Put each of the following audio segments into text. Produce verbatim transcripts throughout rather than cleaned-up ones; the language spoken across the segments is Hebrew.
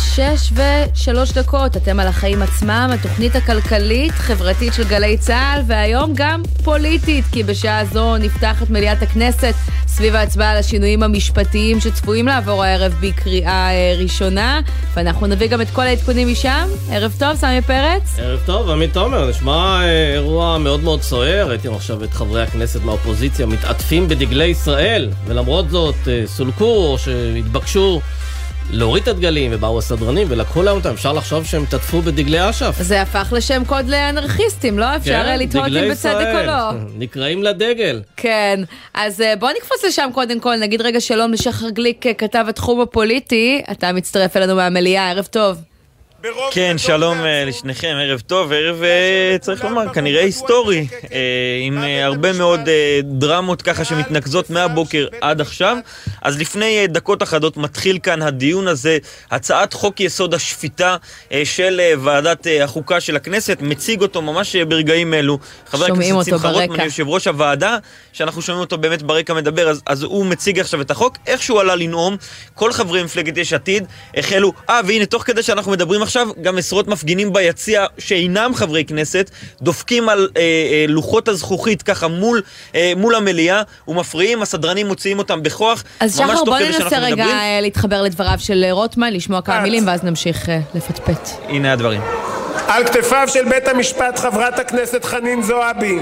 שש ושלוש דקות, אתם על החיים עצמם, התוכנית הכלכלית, חברתית של גלי צהל, והיום גם פוליטית, כי בשעה זו נפתחת מליאת הכנסת סביב ההצבעה על השינויים המשפטיים שצפויים לעבור הערב בקריאה ראשונה, ואנחנו נביא גם את כל העדכונים משם. ערב טוב, סמי פרץ. ערב טוב, עמית תומר. נשמע אירוע מאוד מאוד סוער. ראיתי עכשיו את חברי הכנסת מהאופוזיציה מתעטפים בדגלי ישראל, ולמרות זאת סולקו או שהתבקשו להוריד את הדגלים, ובאו הסדרנים ולקחו להם אותם. אפשר לחשוב שהם תטפו בדגלי אש"ף. זה הפך לשם קוד לאנרכיסטים, לא? אפשר כן, לטעות אם בצדק או לא. נקראים לדגל. כן, אז בוא נקפוץ לשם קודם כל. נגיד רגע שלום לשחר גליק, כתב התחום הפוליטי. אתה מצטרף אלינו מהמליאה, ערב טוב. כן, שלום לשניכם, ערב טוב, ערב צריך לומר, כנראה היסטורי, עם הרבה מאוד דרמות ככה שמתנקזות מהבוקר עד עכשיו. אז לפני דקות אחדות מתחיל כאן הדיון הזה, הצעת חוק יסוד השפיטה של ועדת החוקה של הכנסת, מציג אותו ממש ברגעים אלו. חבר הכנסת שמחה רוטמן, יושב ראש הוועדה, שאנחנו שומעים אותו באמת ברקע מדבר, אז, אז הוא מציג עכשיו את החוק. איך שהוא עלה לנאום, כל חברי מפלגת יש עתיד החלו, אה והנה תוך כדי שאנחנו מדברים עכשיו, גם עשרות מפגינים ביציע שאינם חברי כנסת, דופקים על אה, אה, לוחות הזכוכית ככה מול, אה, מול המליאה, ומפריעים, הסדרנים מוציאים אותם בכוח. אז שחר, בוא ננסה רגע מדברים. להתחבר לדבריו של רוטמן, לשמוע כמה את. מילים, ואז נמשיך אה, לפטפט. הנה הדברים. על כתפיו של בית המשפט חברת הכנסת חנין זועבי.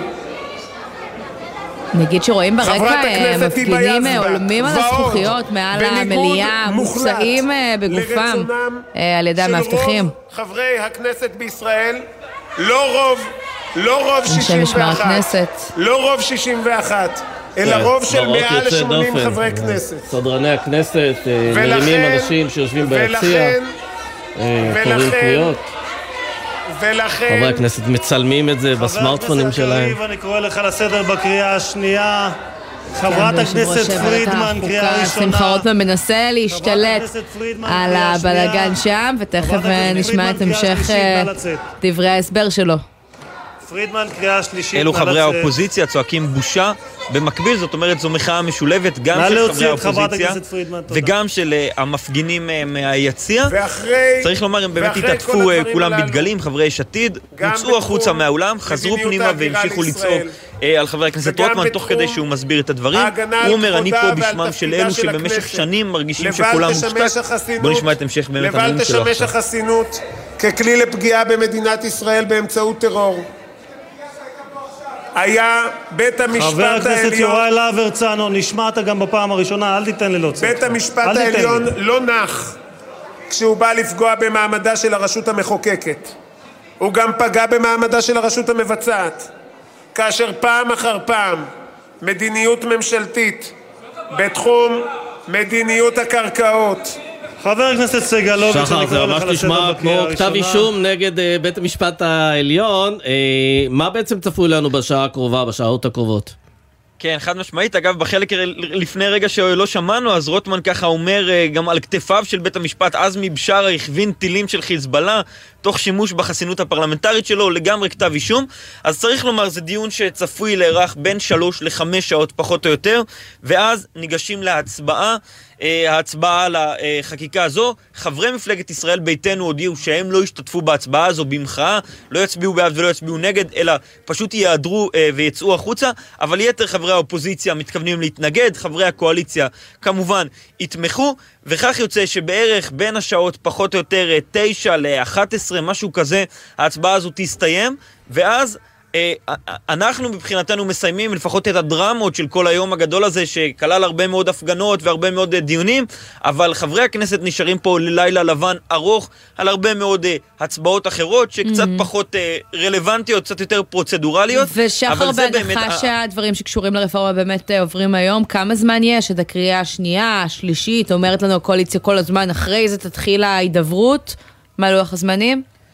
נגיד שרואים ברקע מפגינים עולמים על הזכוכיות מעל המליאה, מוצאים בגופם על ידי המאבטחים. חברי הכנסת בישראל, לא רוב, לא רוב שישים ואחת, לא רוב שישים ואחת, אלא רוב של מעל ל-שמונים חברי כנסת. סדרני הכנסת, מרימים אנשים שיושבים ביציע, קוראים קריאות. ולכן... חברי הכנסת מצלמים את זה בסמארטפונים שלהם. אני קורא לך לסדר בקריאה השנייה. חברת הכנסת פרידמן, קריאה ראשונה. שמחה רוטמן מנסה להשתלט על הבלגן שם, ותכף נשמע את המשך דברי ההסבר שלו. פרידמן, קריאה שלישית. אלו חברי האופוזיציה צועקים בושה. במקביל, זאת אומרת, זו מחאה משולבת גם של חברי האופוזיציה וגם של המפגינים מהיציע. צריך לומר, הם באמת התעטפו כולם בדגלים, חברי יש עתיד, הוצאו החוצה מהאולם, חזרו פנימה והמשיכו לצעוק על חבר הכנסת רוטמן תוך כדי שהוא מסביר את הדברים. הוא אומר, אני פה בשמם של אלו שבמשך שנים מרגישים שכולם מושתק. בוא נשמע את המשך באמת הנאום שלו עכשיו. לבל תשמש החסינות ככלי לפגיעה במדינת ישראל באמצעות טרור. היה בית המשפט העליון... חבר הכנסת יוראי להב הרצנו, נשמעת גם בפעם הראשונה, אל תיתן לי להוציא. בית המשפט העליון לא נח כשהוא בא לפגוע במעמדה של הרשות המחוקקת. הוא גם פגע במעמדה של הרשות המבצעת. כאשר פעם אחר פעם מדיניות ממשלתית בתחום מדיניות הקרקעות... חבר הכנסת סגלוביץ', שחר, זה ממש נשמע כמו כתב אישום נגד uh, בית המשפט העליון. Uh, מה בעצם צפוי לנו בשעה הקרובה, בשעות הקרובות? כן, חד משמעית. אגב, בחלק לפני רגע שלא שמענו, אז רוטמן ככה אומר גם על כתפיו של בית המשפט, עזמי בשארה הכווין טילים של חיזבאללה, תוך שימוש בחסינות הפרלמנטרית שלו, לגמרי כתב אישום. אז צריך לומר, זה דיון שצפוי להיערך בין שלוש לחמש שעות פחות או יותר, ואז ניגשים להצבעה. ההצבעה על החקיקה הזו. חברי מפלגת ישראל ביתנו הודיעו שהם לא ישתתפו בהצבעה הזו במחאה, לא יצביעו בעד ולא יצביעו נגד, אלא פשוט יעדרו ויצאו החוצה. אבל יתר חברי האופוזיציה מתכוונים להתנגד, חברי הקואליציה כמובן יתמכו, וכך יוצא שבערך בין השעות פחות או יותר תשע ל-אחת עשרה, משהו כזה, ההצבעה הזו תסתיים, ואז אנחנו מבחינתנו מסיימים לפחות את הדרמות של כל היום הגדול הזה, שכלל הרבה מאוד הפגנות והרבה מאוד דיונים, אבל חברי הכנסת נשארים פה ללילה לבן ארוך על הרבה מאוד הצבעות אחרות שקצת mm-hmm. פחות רלוונטיות, קצת יותר פרוצדורליות. ושחר, בהנחה שהדברים שקשורים לרפורמה באמת עוברים היום, כמה זמן יש? את הקריאה השנייה, השלישית, אומרת לנו הקואליציה כל הזמן, אחרי זה תתחיל ההידברות, מה לוח הזמנים?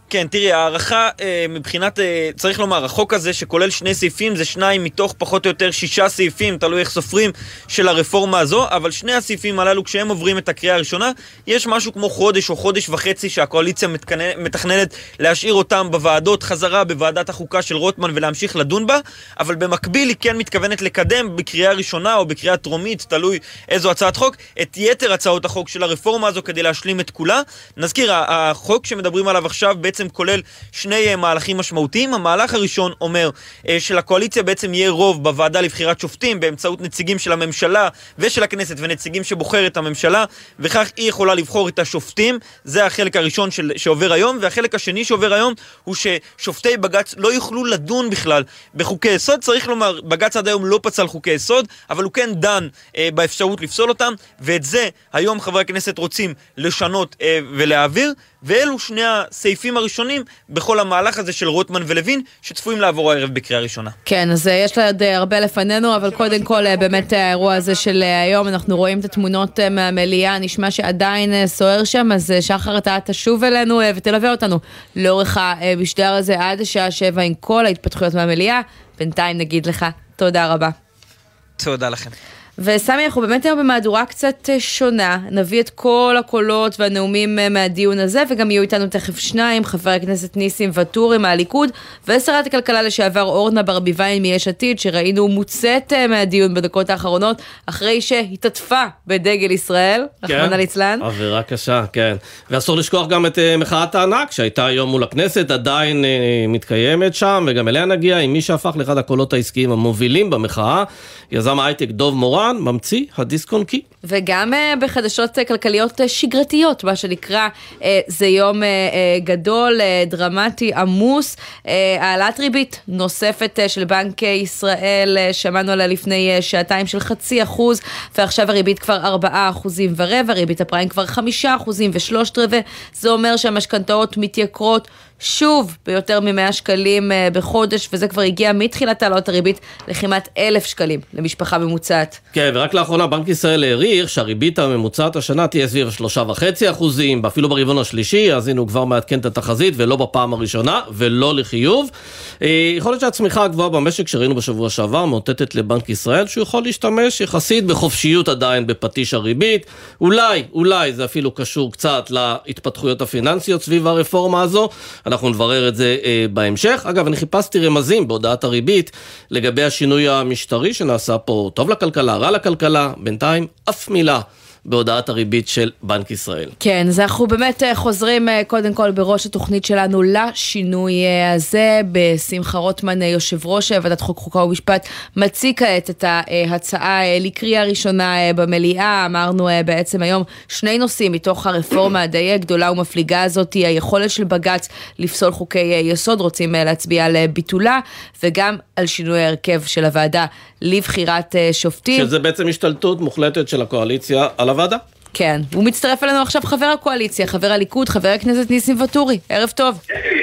כן, תראי, הערכה מבחינת, צריך לומר, החוק הזה שכולל שני סעיפים, זה שניים מתוך פחות או יותר שישה סעיפים, תלוי איך סופרים, של הרפורמה הזו, אבל שני הסעיפים הללו, כשהם עוברים את הקריאה הראשונה, יש משהו כמו חודש או חודש וחצי שהקואליציה מתכננת להשאיר אותם בוועדות, חזרה בוועדת החוקה של רוטמן ולהמשיך לדון בה, אבל במקביל היא כן מתכוונת לקדם בקריאה ראשונה או בקריאה טרומית, תלוי איזו הצעת חוק, את יתר הצעות החוק של הרפורמה הזו כדי להשלים את כולה. נזכיר, החוק שמדברים עליו עכשיו בעצם כולל שני מהלכים משמעותיים. המהלך הראשון אומר שלקואליציה בעצם יהיה רוב בוועדה לבחירת שופטים באמצעות נציגים של הממשלה ושל הכנסת ונציגים שבוחר את הממשלה, וכך היא יכולה לבחור את השופטים. זה החלק הראשון של, שעובר היום, והחלק השני שעובר היום הוא ששופטי בג"ץ לא יוכלו לדון בכלל בחוקי יסוד. צריך לומר, בג"ץ עד היום לא פצל חוקי יסוד, אבל הוא כן דן אה, באפשרות לפסול אותם, ואת זה היום חברי הכנסת רוצים לשנות אה, ולהעביר, ואלו שני הסעיפים הראשונים בכל המהלך הזה של רוטמן ולוין, שצפויים לעבור הערב בקריאה ראשונה. כן, אז יש לה עוד הרבה לפנינו, אבל קודם כל באמת האירוע הזה של היום, אנחנו רואים את התמונות מהמליאה, נשמע שעדיין סוער שם, אז שחר אתה תשוב אלינו ותלווה אותנו לאורך המשדר הזה עד השעה שבע עם כל ההתפתחויות מהמליאה. בינתיים נגיד לך תודה רבה. תודה לכם. וסמי, אנחנו באמת היום במהדורה קצת שונה, נביא את כל הקולות והנאומים מהדיון הזה, וגם יהיו איתנו תכף שניים, חבר הכנסת ניסים ואטורי מהליכוד, ושרת הכלכלה לשעבר אורנה ברביבאי מיש עתיד, שראינו מוצאת מהדיון בדקות האחרונות, אחרי שהתעטפה בדגל ישראל, רחמנא ליצלן. עבירה קשה, כן. ואסור לשכוח גם את מחאת הענק, שהייתה היום מול הכנסת, עדיין מתקיימת שם, וגם אליה נגיע עם מי שהפך לאחד הקולות העסקיים המובילים במחאה, יזם ההייטק דוב מורן, ממציא הדיסק און קי. וגם בחדשות כלכליות שגרתיות, מה שנקרא, זה יום גדול, דרמטי, עמוס, העלאת ריבית נוספת של בנק ישראל, שמענו עליה לפני שעתיים של חצי אחוז, ועכשיו הריבית כבר ארבעה אחוזים ורבע, ריבית הפריים כבר חמישה אחוזים ושלושת רבע, זה אומר שהמשכנתאות מתייקרות שוב ביותר ממאה שקלים בחודש, וזה כבר הגיע מתחילת העלאות הריבית לכמעט אלף שקלים למשפחה ממוצעת. כן, ורק לאחרונה בנק ישראל העריך שהריבית הממוצעת השנה תהיה סביב שלושה וחצי אחוזים, אפילו ברבעון השלישי, אז הנה הוא כבר מעדכן את התחזית, ולא בפעם הראשונה, ולא לחיוב. יכול להיות שהצמיחה הגבוהה במשק שראינו בשבוע שעבר, מאותתת לבנק ישראל, שהוא יכול להשתמש יחסית בחופשיות עדיין בפטיש הריבית, אולי, אולי זה אפילו קשור קצת להתפתחויות הפיננסיות סביב הרפורמה הזו, אנחנו נברר את זה אה, בהמשך. אגב, אני חיפשתי רמזים בהודעת הריבית לגבי השינוי המשטרי שנעשה פה, טוב לכלכלה, רע לכלכלה, בינתיים אף מילה בהודעת הריבית של בנק ישראל. כן, אז אנחנו באמת חוזרים קודם כל בראש התוכנית שלנו לשינוי הזה. בשמחה רוטמן, יושב ראש ועדת חוק חוקה ומשפט, מציג כעת את ההצעה לקריאה ראשונה במליאה. אמרנו בעצם היום שני נושאים מתוך הרפורמה הדי גדולה ומפליגה הזאת, היכולת של בג"ץ לפסול חוקי יסוד, רוצים להצביע על ביטולה, וגם על שינוי ההרכב של הוועדה לבחירת שופטים. שזה בעצם השתלטות מוחלטת של הקואליציה על הוועדה. כן, הוא מצטרף אלינו עכשיו חבר הקואליציה, חבר הליכוד, חבר הכנסת ניסים ואטורי. ערב טוב.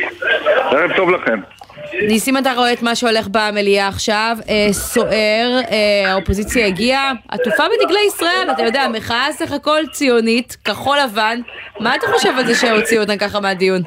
ערב טוב לכם. ניסים, אתה רואה את מה שהולך במליאה עכשיו, אה, סוער, אה, האופוזיציה הגיעה, עטופה בדגלי ישראל, אתה יודע, מחאה סך הכל ציונית, כחול לבן. מה אתה חושב על זה שהוציאו אותם ככה מהדיון?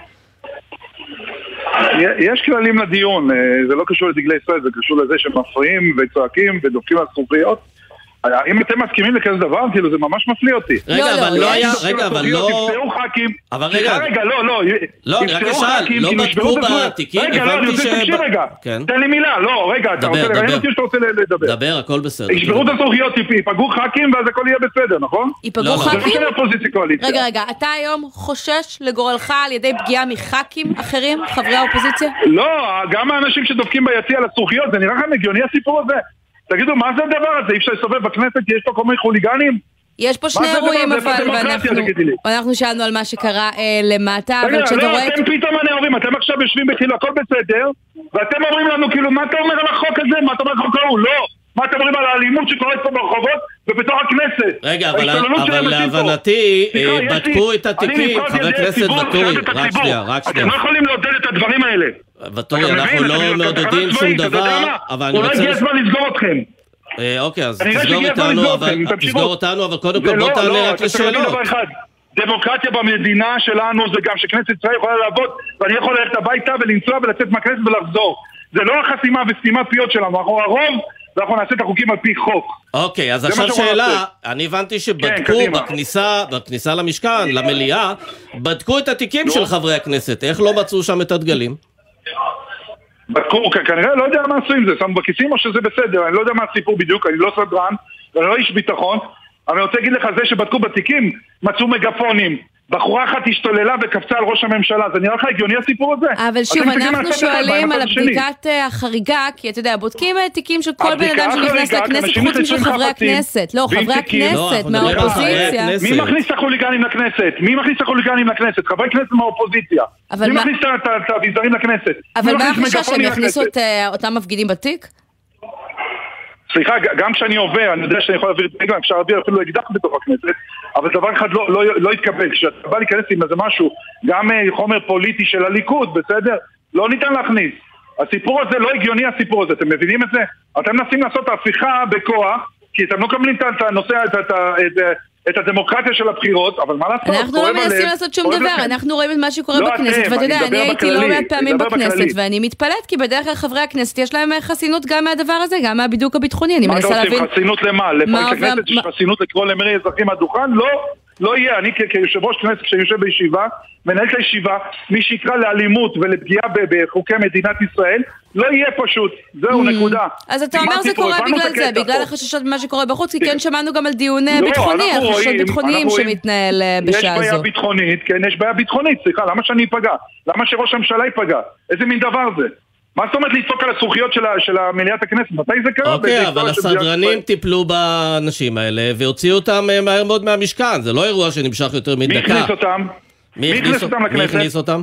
יש כללים לדיון, זה לא קשור לדגלי ישראל, זה קשור לזה שמפריעים וצועקים ודופקים על זכוכיות. אם אתם מסכימים לכזה דבר, כאילו זה ממש מפליא אותי. רגע, אבל לא היה, רגע, אבל לא... תפסרו ח"כים. אבל רגע, רגע, לא, לא. לא, רק השאל, לא בדקו בתיקים, רגע, לא, אני רוצה שתקשיב רגע. תן לי מילה, לא, רגע, אתה רוצה לראיין אותי שאתה רוצה לדבר. דבר, הכל בסדר. ישברו את הזכוכיות, ייפגעו ח"כים ואז הכל יהיה בסדר, נכון? ייפגעו ח"כים? רגע, רגע, אתה היום חושש לגורלך על ידי פגיעה מח"כים אחרים, חברי האופוזיציה? לא, גם האנשים שדופקים ביציע על הזכוכיות, זה נראה לכם הגיוני הסיפור הזה? תגידו, מה זה הדבר הזה? אי אפשר לסובב בכנסת, יש פה כל מיני חוליגנים? יש פה שני אירועים, אבל אנחנו שאלנו על מה שקרה למטה, אבל כשאתה רואה... אתם פתאום הנאורים, אתם עכשיו יושבים בכאילו, הכל בסדר, ואתם אומרים לנו, כאילו, מה אתה אומר על החוק הזה? מה אתה אומר על החוק ההוא? לא! מה אתם אומרים על האלימות שקורית פה ברחובות ובתוך הכנסת? רגע, אבל להבנתי, בדקו את התיקים, חבר הכנסת ואטורי, רק שנייה, רק שנייה. אתם לא יכולים לעודד את הדברים האלה. ואטורי, אנחנו לא מעודדים שום דבר, אבל אני רוצה... אולי יש מה לסגור אתכם. אוקיי, אז תסגור אותנו, אבל תסגור אותנו, אבל קודם כל בוא תענה רק לשאלות. דמוקרטיה במדינה שלנו זה גם שכנסת ישראל יכולה לעבוד, ואני יכול ללכת הביתה ולנסוע ולצאת מהכנסת ולחזור. זה לא החסימה וסתימת פיות שלנו, אנחנו הרוב, ואנחנו נעשה את החוקים על פי חוק. אוקיי, אז עכשיו שאלה, אני הבנתי שבדקו בכניסה, בכניסה למשכן, למליאה, בדקו את התיקים של חברי הכנסת, איך לא מצאו שם את הדגלים? בדקו, כנראה לא יודע מה עשו עם זה, שמו בכיסים או שזה בסדר, אני לא יודע מה הסיפור בדיוק, אני לא סדרן, ואני לא איש ביטחון, אבל אני רוצה להגיד לך, זה שבדקו בתיקים, מצאו מגפונים, בחורה אחת השתוללה וקפצה על ראש הממשלה, זה נראה לך הגיוני הסיפור הזה? אבל שוב, אנחנו שואלים על הבדיקת החריגה, כי אתה יודע, בודקים תיקים של כל בן אדם שנכנס לכנסת, חוץ משל חברי הכנסת. לא, חברי הכנסת מהאופוזיציה. מי מכניס את החוליגנים לכנסת? מי מכניס את החוליגנים לכנסת? חברי כנסת מהאופוזיציה. מי מכניס את האביזרים לכנסת? אבל מה החשש שהם יכניסו את אותם מפגינים בתיק? סליחה, גם כשאני עובר, אני יודע שאני יכול להעביר את פגלן, אפשר להעביר אפילו אקדח בתוך הכנסת, אבל דבר אחד לא, לא, לא יתקבל. כשאתה בא להיכנס עם איזה משהו, גם חומר פוליטי של הליכוד, בסדר? לא ניתן להכניס. הסיפור הזה לא הגיוני, הסיפור הזה, אתם מבינים את זה? אתם מנסים לעשות הפיכה בכוח, כי אתם לא קבלים את הנושא, את, את, את, את הדמוקרטיה של הבחירות, אבל מה לעשות? אנחנו לא מנסים לעשות שום דבר, אנחנו רואים את מה שקורה בכנסת, ואתה יודע, אני הייתי לא מעט פעמים בכנסת, ואני מתפלאת, כי בדרך כלל חברי הכנסת יש להם חסינות גם מהדבר הזה, גם מהבידוק הביטחוני, אני מנסה להבין... מה אתה עושים? חסינות למה? לפרק הכנסת יש חסינות לקרוא למרי אזרחים מהדוכן? לא, לא יהיה. אני כיושב ראש כנסת, כשיושב בישיבה, מנהל את הישיבה, מי שיקרא לאלימות ולפגיעה בחוקי מדינת ישראל, לא יהיה פשוט. זהו, נקודה. אז אתה אומר זה קורה בגלל זה, בגלל החששות ממה שקורה בחוץ, כי כן שמענו גם על דיון ביטחוני, על חששות ביטחוניים שמתנהל בשעה הזו. יש בעיה ביטחונית, כן, יש בעיה ביטחונית, סליחה, למה שאני אפגע? למה שראש הממשלה ייפגע? איזה מין דבר זה? מה זאת אומרת לדפוק על הזכוכיות של מליאת הכנסת? מתי זה קרה? אוקיי, אבל הסדרנים טיפלו באנשים האלה והוציאו אותם מהר מאוד מהמשכן. זה לא אירוע שנמשך יותר מדקה. מי הכניס אותם? מי הכניס אותם לכנסת? מי הכניס אותם?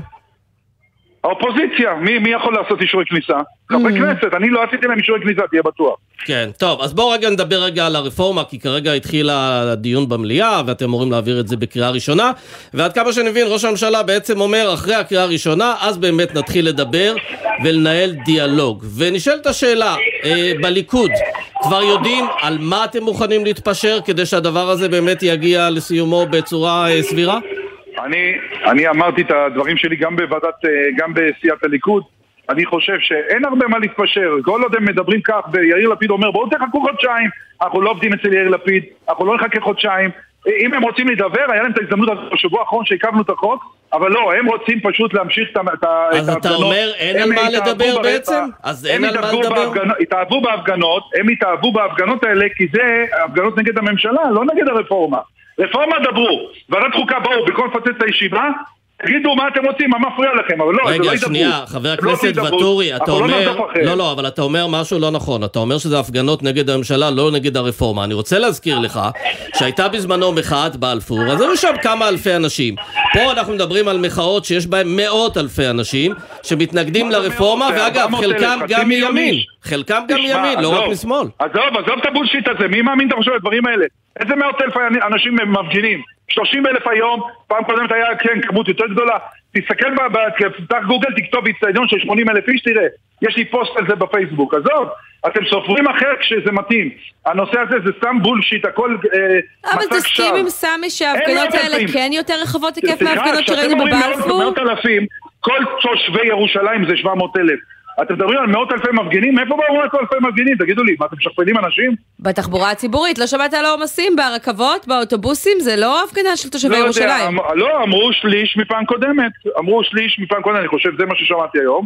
האופוזיציה. מי, מי יכול לעשות אישורי כניסה? חברי כנסת. אני לא עשיתי להם אישורי כניסה, תהיה בטוח. כן, טוב, אז בואו רגע נדבר רגע על הרפורמה, כי כרגע התחיל הדיון במליאה, ואתם אמורים להעביר את זה בקריאה ראשונה, ועד כמה שנבין, ראש הממשלה בעצם אומר, אחרי הקריאה הראשונה, אז באמת נתחיל לדבר ולנהל דיאלוג. ונשאלת השאלה, אה, בליכוד, כבר יודעים על מה אתם מוכנים להתפשר, כדי שהדבר הזה באמת יגיע לסיומו בצורה אה, סבירה? אני, אני אמרתי את הדברים שלי גם בוועדת, גם בסיעת הליכוד. אני חושב שאין הרבה מה להתפשר. כל עוד הם מדברים כך, ויאיר לפיד אומר, בואו תחכו חודשיים. אנחנו לא עובדים אצל יאיר לפיד, אנחנו לא נחכה חודשיים. אם הם רוצים לדבר, היה להם את ההזדמנות בשבוע האחרון שהקבנו את החוק, אבל לא, הם רוצים פשוט להמשיך את ההפגנות. אז אתה אומר, אין על מה לדבר בעצם? אז אין על מה לדבר? הם התאהבו בהפגנות, הם התאהבו בהפגנות האלה, כי זה הפגנות נגד הממשלה, לא נגד הרפורמה. רפורמה דברו, ועדת חוקה באו, בכל פצץ את הישיבה, תגידו מה אתם רוצים, מה מפריע לכם, אבל לא, רגע, זה לא ידברו. שנייה, חבר הכנסת וטורי, אתה אומר, לא, לא, אבל אתה אומר משהו לא נכון, אתה אומר שזה הפגנות נגד הממשלה, לא נגד הרפורמה. אני רוצה להזכיר לך, שהייתה בזמנו מחאת בלפור, אז היו שם כמה אלפי אנשים. פה אנחנו מדברים על מחאות שיש בהם מאות אלפי אנשים, שמתנגדים לרפורמה, ואגב, חלקם גם מימין, חלקם גם מימין, לא רק משמאל. עזוב, עזוב את הבולשיט הזה, מי מאמין אתה חושב לדברים האלה? איזה מאות אלפי אנשים מפגינים? שלושים אלף היום, פעם קודמת היה, כן, כמות יותר גדולה. תסתכל, תפתח גוגל, תכתוב באצטדיון של שמונים אלף איש, תראה, יש לי פוסט על זה בפייסבוק. עזוב, אתם סופרים אחר כשזה מתאים. הנושא הזה זה סתם בולשיט, הכל אה, אבל תסכים עם סמי שההפגנות האלה כן יותר רחבות היקף מההפגנות שראינו בבלפור? מאות אלפים, כל תושבי ירושלים זה שבע מאות אלף. אתם מדברים על מאות אלפי מפגינים? איפה באו מאות אלפי מפגינים? תגידו לי, מה אתם שכפלים אנשים? בתחבורה הציבורית, לא שמעת על העומסים ברכבות, באוטובוסים? זה לא הפגנה של תושבי ירושלים. לא, אמרו שליש מפעם קודמת. אמרו שליש מפעם קודמת, אני חושב, זה מה ששמעתי היום.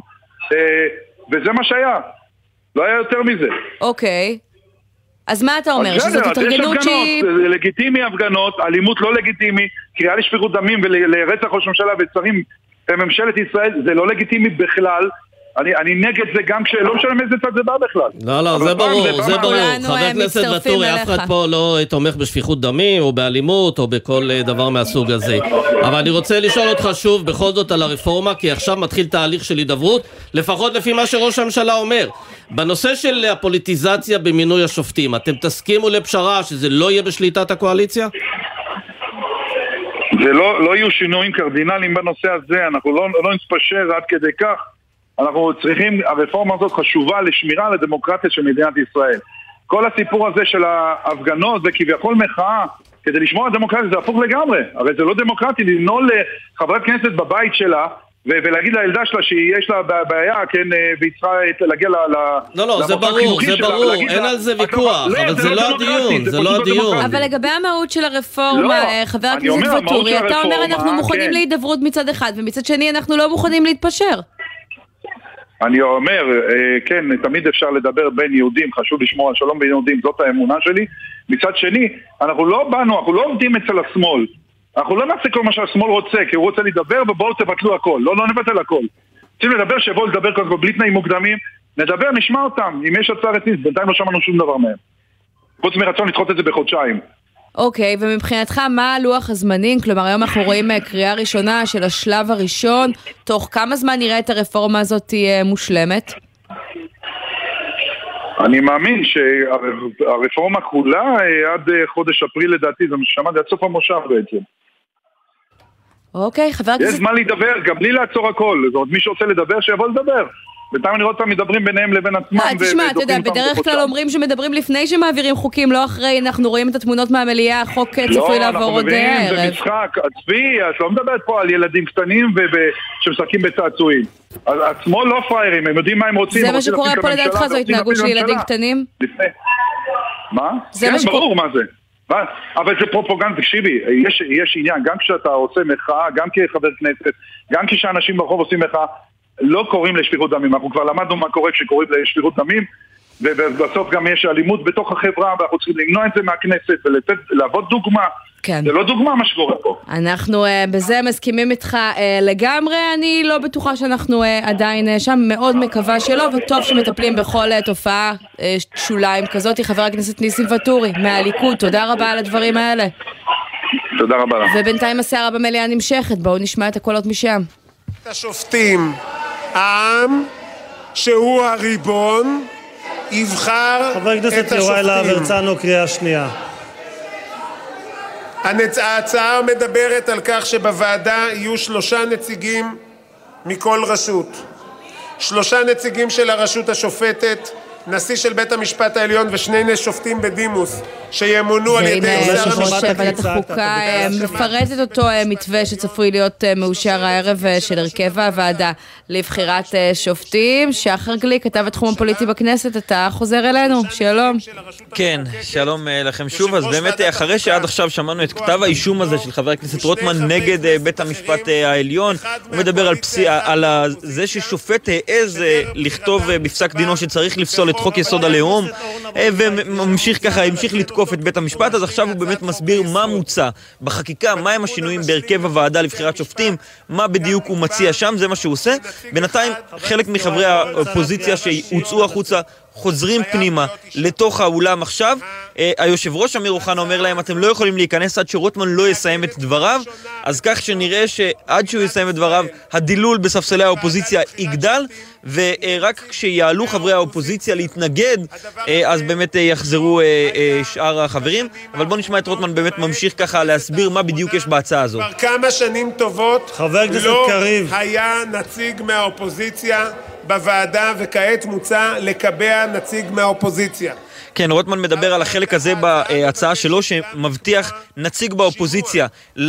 וזה מה שהיה. לא היה יותר מזה. אוקיי. אז מה אתה אומר? שזאת התארגנות שהיא... זה לגיטימי הפגנות, אלימות לא לגיטימי, קריאה לשפיכות דמים ולרצח ראש ממשלה ושרים בממשלת ישראל, זה לא לגיטימי בכלל. אני, אני נגד זה גם כשלא משנה מאיזה צד זה בא בכלל. לא, לא, זה ברור, זה ברור. חבר הכנסת וטורי, אף אחד פה לא תומך בשפיכות דמים, או באלימות, או בכל דבר מהסוג הזה. אבל אני רוצה לשאול אותך שוב, בכל זאת על הרפורמה, כי עכשיו מתחיל תהליך של הידברות, לפחות לפי מה שראש הממשלה אומר. בנושא של הפוליטיזציה במינוי השופטים, אתם תסכימו לפשרה שזה לא יהיה בשליטת הקואליציה? זה לא, לא יהיו שינויים קרדינליים בנושא הזה, אנחנו לא, לא נתפשר עד כדי כך. אנחנו צריכים, הרפורמה הזאת חשובה לשמירה על הדמוקרטיה של מדינת ישראל. כל הסיפור הזה של ההפגנות זה כביכול מחאה, כדי לשמור על דמוקרטיה, זה הפוך לגמרי. הרי זה לא דמוקרטי לנעול לחברת כנסת בבית שלה, ולהגיד לילדה שלה שיש לה בעיה, כן, והיא צריכה להגיע ל... לא, לא, זה ברור, זה ברור, אין על זה ויכוח, אבל זה לא הדיון, זה לא הדיון. אבל לגבי המהות של הרפורמה, חבר הכנסת ואטורי, אתה אומר אנחנו מוכנים להידברות מצד אחד, ומצד שני אנחנו לא מוכנים להתפשר. אני אומר, כן, תמיד אפשר לדבר בין יהודים, חשוב לשמור על שלום בין יהודים, זאת האמונה שלי. מצד שני, אנחנו לא באנו, אנחנו לא עובדים אצל השמאל. אנחנו לא נעשה כל מה שהשמאל רוצה, כי הוא רוצה לדבר, ובואו תבטלו הכל. לא, לא נבטל הכל. רוצים לדבר, שבואו לדבר כל כך בלי תנאים מוקדמים, נדבר, נשמע אותם. אם יש הצעה רצינית, בינתיים לא שמענו שום דבר מהם. חוץ מרצון לדחות את זה בחודשיים. אוקיי, ומבחינתך מה לוח הזמנים? כלומר, היום אנחנו רואים קריאה ראשונה של השלב הראשון. תוך כמה זמן נראה את הרפורמה הזאת תהיה מושלמת? אני מאמין שהרפורמה כולה עד חודש אפריל לדעתי, זה משמעת, עד סוף המושב בעצם. אוקיי, חבר הכנסת... יש זמן להידבר, גם בלי לעצור הכל. זאת אומרת, מי שרוצה לדבר, שיבוא לדבר. בינתיים אני רואה אותם מדברים ביניהם לבין עצמם. תשמע, אתה יודע, בדרך כלל אומרים שמדברים לפני שמעבירים חוקים, לא אחרי, אנחנו רואים את התמונות מהמליאה, החוק צפוי לעבור עוד הערב. לא, אנחנו מבינים, זה משחק, עצבי, את לא מדברת פה על ילדים קטנים שמשחקים בצעצועים. השמאל לא פריירים, הם יודעים מה הם רוצים. זה מה שקורה פה לדעתך, זו התנהגות של ילדים קטנים? מה? כן, ברור מה זה. אבל זה פרופוגנדה, תקשיבי, יש, יש עניין, גם כשאתה עושה מחאה, גם כחבר כנסת, גם כשאנשים ברחוב עושים מחאה, לא קוראים לשפיכות דמים. אנחנו כבר למדנו מה קורה כשקוראים לשפיכות דמים, ובסוף גם יש אלימות בתוך החברה, ואנחנו צריכים למנוע את זה מהכנסת ולעבוד דוגמה. כן. זה לא דוגמה מה שקורה פה. אנחנו uh, בזה מסכימים איתך uh, לגמרי, אני לא בטוחה שאנחנו uh, עדיין uh, שם, מאוד מקווה שלא, וטוב שמטפלים בכל uh, תופעה uh, שוליים כזאת. חבר הכנסת ניסים ואטורי מהליכוד, תודה רבה על הדברים האלה. תודה רבה. ובינתיים הסערה במליאה נמשכת, בואו נשמע את הקולות משם. השופטים, העם שהוא הריבון יבחר את השופטים. חבר הכנסת יוראי להב הרצנו, קריאה שנייה. ההצעה מדברת על כך שבוועדה יהיו שלושה נציגים מכל רשות. שלושה נציגים של הרשות השופטת, נשיא של בית המשפט העליון ושני שופטים בדימוס שימונו על ידי שר המשפטים. ועדת החוקה מפרטת אותו מתווה שצפוי להיות מאושר הערב של הרכב הוועדה לבחירת שופטים. שחר גליק, כתב התחום הפוליטי בכנסת, אתה חוזר אלינו, שלום. כן, שלום לכם שוב. אז באמת אחרי שעד עכשיו שמענו את כתב האישום הזה של חבר הכנסת רוטמן נגד בית המשפט העליון, הוא מדבר על, פסי, על זה ששופט העז לכתוב בפסק דינו שצריך לפסול את חוק יסוד הלאום, וממשיך ככה, המשיך לתקוף את בית המשפט. אז עכשיו הוא באמת מסביר מה מוצע בחקיקה, מה הם השינויים בהרכב הוועדה לבחירת שופטים, מה בדיוק הוא מציע שם, זה מה שהוא עושה. בינתיים חלק מחברי האופוזיציה שהוצאו החוצה חוזרים פנימה לתוך האולם עכשיו. היושב ראש אמיר אוחנה אומר להם, אתם לא יכולים להיכנס עד שרוטמן לא יסיים את דבריו, אז כך שנראה שעד שהוא יסיים את דבריו הדילול בספסלי האופוזיציה יגדל, ורק כשיעלו חברי האופוזיציה להתנגד, אז באמת יחזרו שאר החברים. אבל בוא נשמע את רוטמן באמת ממשיך ככה להסביר מה בדיוק יש בהצעה הזו. כבר כמה שנים טובות לא היה נציג מהאופוזיציה בוועדה, וכעת מוצע לקבע נציג מהאופוזיציה. כן, רוטמן מדבר על החלק הזה בהצעה שלו שמבטיח נציג באופוזיציה,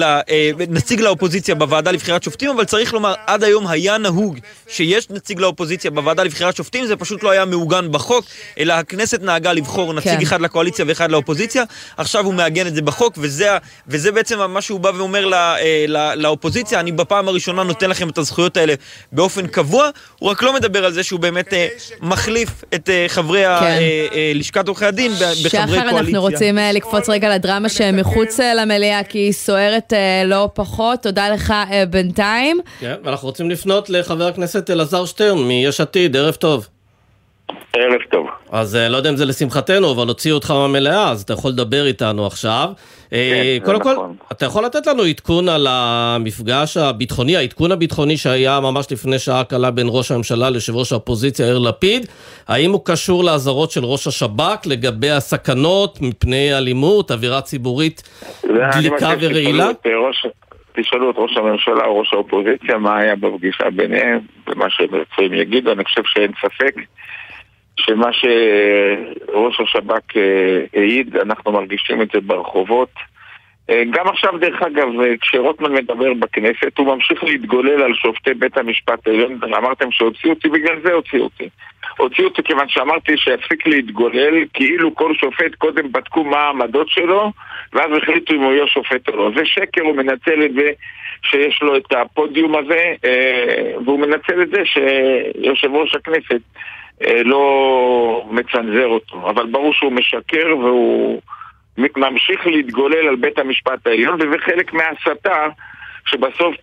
נציג לאופוזיציה בוועדה לבחירת שופטים, אבל צריך לומר, עד היום היה נהוג שיש נציג לאופוזיציה בוועדה לבחירת שופטים, זה פשוט לא היה מעוגן בחוק, אלא הכנסת נהגה לבחור נציג אחד לקואליציה ואחד לאופוזיציה. עכשיו הוא מעגן את זה בחוק, וזה, וזה בעצם מה שהוא בא ואומר לא, לא, לאופוזיציה, אני בפעם הראשונה נותן לכם את הזכויות האלה באופן קבוע. הוא רק לא מדבר על זה שהוא באמת מחליף את חברי כן. לשכת עורכי הדין בחברי קואליציה. שחר, אנחנו רוצים לקפוץ רגע לדרמה שמחוץ למליאה, כי היא סוערת לא פחות. תודה לך בינתיים. כן, ואנחנו רוצים לפנות לחבר הכנסת אלעזר שטרן מיש עתיד. ערב טוב. ערב טוב. אז לא יודע אם זה לשמחתנו, אבל הוציאו אותך מהמליאה, אז אתה יכול לדבר איתנו עכשיו. כן, קודם כל, נכון. אתה יכול לתת לנו עדכון על המפגש הביטחוני, העדכון הביטחוני שהיה ממש לפני שעה קלה בין ראש הממשלה ליושב ראש האופוזיציה יאיר לפיד. האם הוא קשור לאזהרות של ראש השב"כ לגבי הסכנות מפני אלימות, אווירה ציבורית דליקה ורעילה? תשאלו את ראש הממשלה או ראש האופוזיציה מה היה בפגישה ביניהם ומה שהם רוצים יגידו. אני חושב שאין ספק שמה שראש השב"כ העיד, אנחנו מרגישים את זה ברחובות, גם עכשיו דרך אגב, כשרוטמן מדבר בכנסת, הוא ממשיך להתגולל על שופטי בית המשפט העליון. אמרתם שהוציאו אותי, בגלל זה הוציאו אותי. הוציאו אותי כיוון שאמרתי שיפסיק להתגולל, כאילו כל שופט קודם בדקו מה העמדות שלו, ואז החליטו אם הוא יהיה שופט או לא. זה שקר, הוא מנצל את זה שיש לו את הפודיום הזה, והוא מנצל את זה שיושב ראש הכנסת לא מצנזר אותו. אבל ברור שהוא משקר והוא ממשיך להתגולל על בית המשפט העליון, וזה חלק מההסתה שבסוף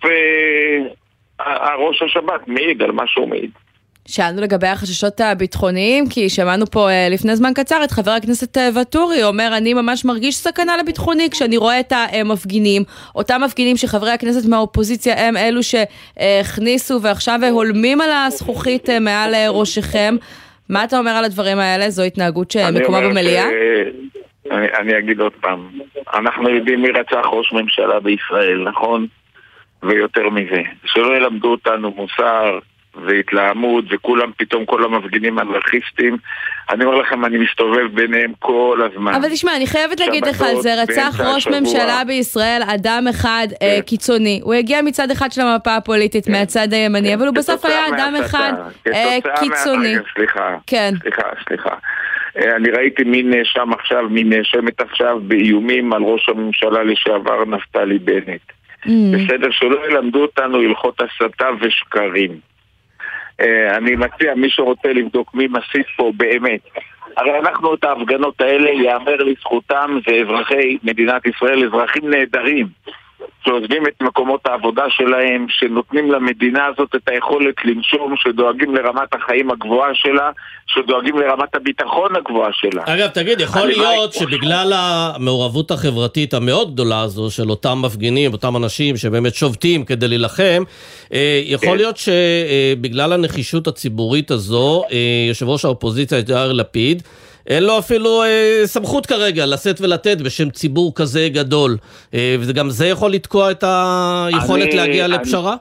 הראש השב"כ מעיד על מה שהוא מעיד. שאלנו לגבי החששות הביטחוניים, כי שמענו פה לפני זמן קצר את חבר הכנסת וטורי, אומר אני ממש מרגיש סכנה לביטחוני כשאני רואה את המפגינים, אותם מפגינים שחברי הכנסת מהאופוזיציה הם אלו שהכניסו ועכשיו הולמים על הזכוכית מעל ראשכם. מה אתה אומר על הדברים האלה? זו התנהגות שמקומה במליאה? אני, אני אגיד עוד פעם, אנחנו יודעים מי רצח ראש ממשלה בישראל, נכון? ויותר מזה, שלא ילמדו אותנו מוסר והתלהמות, וכולם פתאום כל המפגינים אנרכיסטים. אני אומר לכם, אני מסתובב ביניהם כל הזמן. אבל תשמע, אני חייבת להגיד לך על זה, רצח ראש ממשלה בישראל, אדם אחד כן. קיצוני. הוא הגיע מצד אחד של המפה הפוליטית, כן. מהצד הימני, כן. אבל הוא בסוף היה אדם אחד קיצוני. מה... סליחה, כן. סליחה, סליחה. אני ראיתי מי נאשם עכשיו, מי נאשמת עכשיו באיומים על ראש הממשלה לשעבר נפתלי בנט. Mm. בסדר, שלא ילמדו אותנו הלכות הסתה ושקרים. אני מציע, מי שרוצה לבדוק מי מסית פה באמת. הרי אנחנו את ההפגנות האלה, יאמר לזכותם, זה אזרחי מדינת ישראל, אזרחים נהדרים, שעוזבים את מקומות העבודה שלהם, שנותנים למדינה הזאת את היכולת לנשום, שדואגים לרמת החיים הגבוהה שלה, שדואגים לרמת הביטחון הגבוהה שלה. אגב, תגיד, יכול להיות שבגלל המעורבות החברתית המאוד גדולה הזו של אותם מפגינים, אותם אנשים שבאמת שובתים כדי להילחם, יכול להיות שבגלל הנחישות הציבורית הזו, יושב ראש האופוזיציה יאיר לפיד, אין לו אפילו אה, סמכות כרגע לשאת ולתת בשם ציבור כזה גדול, אה, וגם זה יכול לתקוע את היכולת אני, להגיע אני, לפשרה?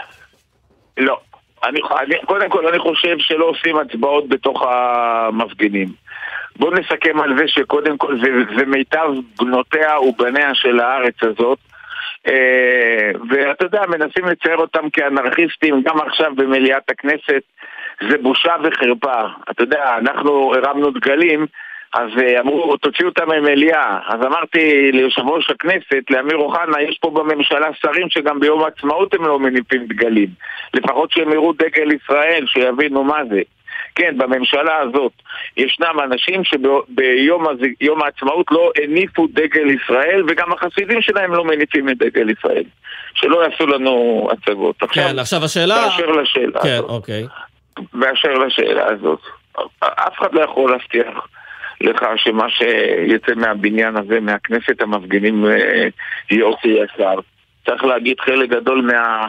לא, אני, אני, קודם כל אני חושב שלא עושים הצבעות בתוך המפגינים. בואו נסכם על זה שקודם כל זה, זה מיטב בנותיה ובניה של הארץ הזאת, אה, ואתה יודע, מנסים לצייר אותם כאנרכיסטים גם עכשיו במליאת הכנסת. זה בושה וחרפה. אתה יודע, אנחנו הרמנו דגלים, אז אמרו, תוציאו אותם ממליאה. אז אמרתי ליושב ראש הכנסת, לאמיר אוחנה, יש פה בממשלה שרים שגם ביום העצמאות הם לא מניפים דגלים. לפחות שהם יראו דגל ישראל, שיבינו מה זה. כן, בממשלה הזאת ישנם אנשים שביום יום העצמאות לא הניפו דגל ישראל, וגם החסידים שלהם לא מניפים את דגל ישראל. שלא יעשו לנו הצגות. כן, עכשיו השאלה... באשר לשאלה כן, הזאת. אוקיי. באשר לשאלה הזאת, אף אחד לא יכול להבטיח לך שמה שיצא מהבניין הזה, מהכנסת המפגינים יוצא ישר. צריך להגיד חלק גדול מה,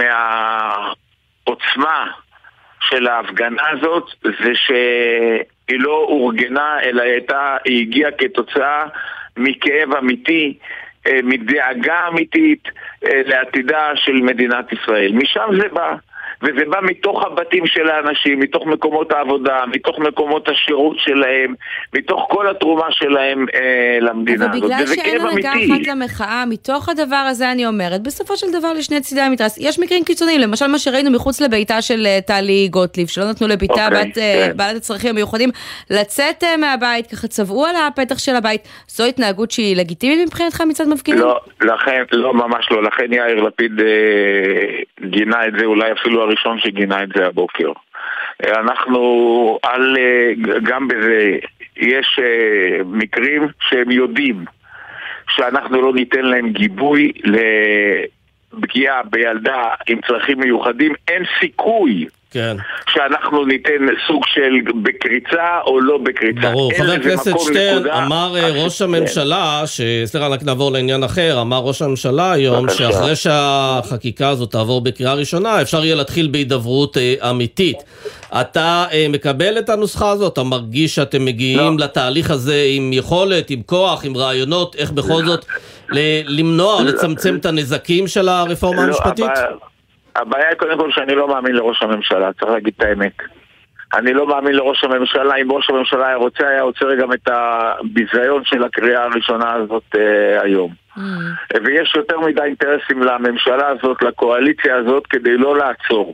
מהעוצמה של ההפגנה הזאת, זה שהיא לא אורגנה, אלא הייתה, היא הגיעה כתוצאה מכאב אמיתי, מדאגה אמיתית לעתידה של מדינת ישראל. משם זה בא. וזה בא מתוך הבתים של האנשים, מתוך מקומות העבודה, מתוך מקומות השירות שלהם, מתוך כל התרומה שלהם אה, למדינה הזאת. ובגלל שאין הנהגה אחת למחאה, מתוך הדבר הזה אני אומרת, בסופו של דבר לשני צידי המתרס, יש מקרים קיצוניים, למשל מה שראינו מחוץ לביתה של טלי גוטליב, שלא נתנו לביתה okay, בת, כן. בעלת הצרכים המיוחדים, לצאת מהבית, ככה צבעו על הפתח של הבית, זו התנהגות שהיא לגיטימית מבחינתך מצד מפגינים? לא, לכן, לא ממש לא, לכן יאיר לפיד אה, גינה את זה, אולי אפילו הראשון שגינה את זה הבוקר. אנחנו על, גם בזה, יש מקרים שהם יודעים שאנחנו לא ניתן להם גיבוי לפגיעה בילדה עם צרכים מיוחדים, אין סיכוי כן. שאנחנו ניתן סוג של בקריצה או לא בקריצה. ברור, חבר הכנסת שטרן אמר ראש הממשלה, שסליחה רק נעבור לעניין אחר, אמר ראש הממשלה היום שאחרי שהחקיקה הזאת תעבור בקריאה ראשונה, אפשר יהיה להתחיל בהידברות אמיתית. אתה מקבל את הנוסחה הזאת? אתה מרגיש שאתם מגיעים לתהליך הזה עם יכולת, עם כוח, עם רעיונות, איך בכל זאת למנוע או לצמצם את הנזקים של הרפורמה המשפטית? הבעיה היא קודם כל שאני לא מאמין לראש הממשלה, צריך להגיד את האמת. אני לא מאמין לראש הממשלה, אם ראש הממשלה היה רוצה, היה עוצר גם את הביזיון של הקריאה הראשונה הזאת אה, היום. Mm. ויש יותר מדי אינטרסים לממשלה הזאת, לקואליציה הזאת, כדי לא לעצור.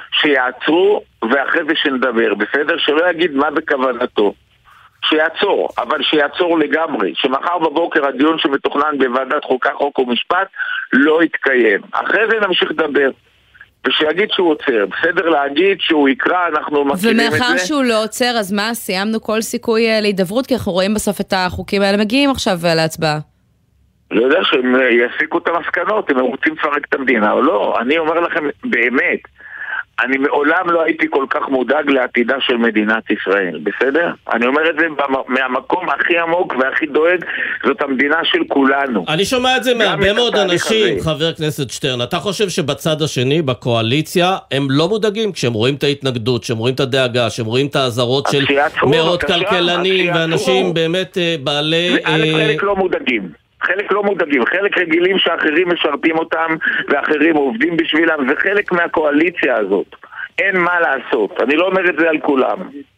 שיעצרו ואחרי זה שנדבר, בסדר? שלא יגיד מה בכוונתו. שיעצור, אבל שיעצור לגמרי. שמחר בבוקר הדיון שמתוכנן בוועדת חוקה, חוק ומשפט לא יתקיים. אחרי זה נמשיך לדבר. ושיגיד שהוא עוצר, בסדר להגיד שהוא יקרא, אנחנו מכירים את זה. ומאחר שהוא לא עוצר, אז מה, סיימנו כל סיכוי להידברות, כי אנחנו רואים בסוף את החוקים האלה מגיעים עכשיו להצבעה. לא יודע שהם יסיקו את המסקנות, אם הם רוצים לפרק את המדינה או לא. אני אומר לכם באמת, אני מעולם לא הייתי כל כך מודאג לעתידה של מדינת ישראל, בסדר? אני אומר את זה מהמקום הכי עמוק והכי דואג, זאת המדינה של כולנו. אני שומע את זה מהרבה מאוד אנשים, הזה. חבר הכנסת שטרן. אתה חושב שבצד השני, בקואליציה, הם לא מודאגים כשהם רואים את ההתנגדות, כשהם רואים את הדאגה, כשהם רואים את האזהרות של מאות כלכלנים ואנשים באמת בעלי... חלק לא מודאגים. חלק לא מודאגים, חלק רגילים שאחרים משרתים אותם ואחרים עובדים בשבילם, זה חלק מהקואליציה הזאת. אין מה לעשות, אני לא אומר את זה על כולם.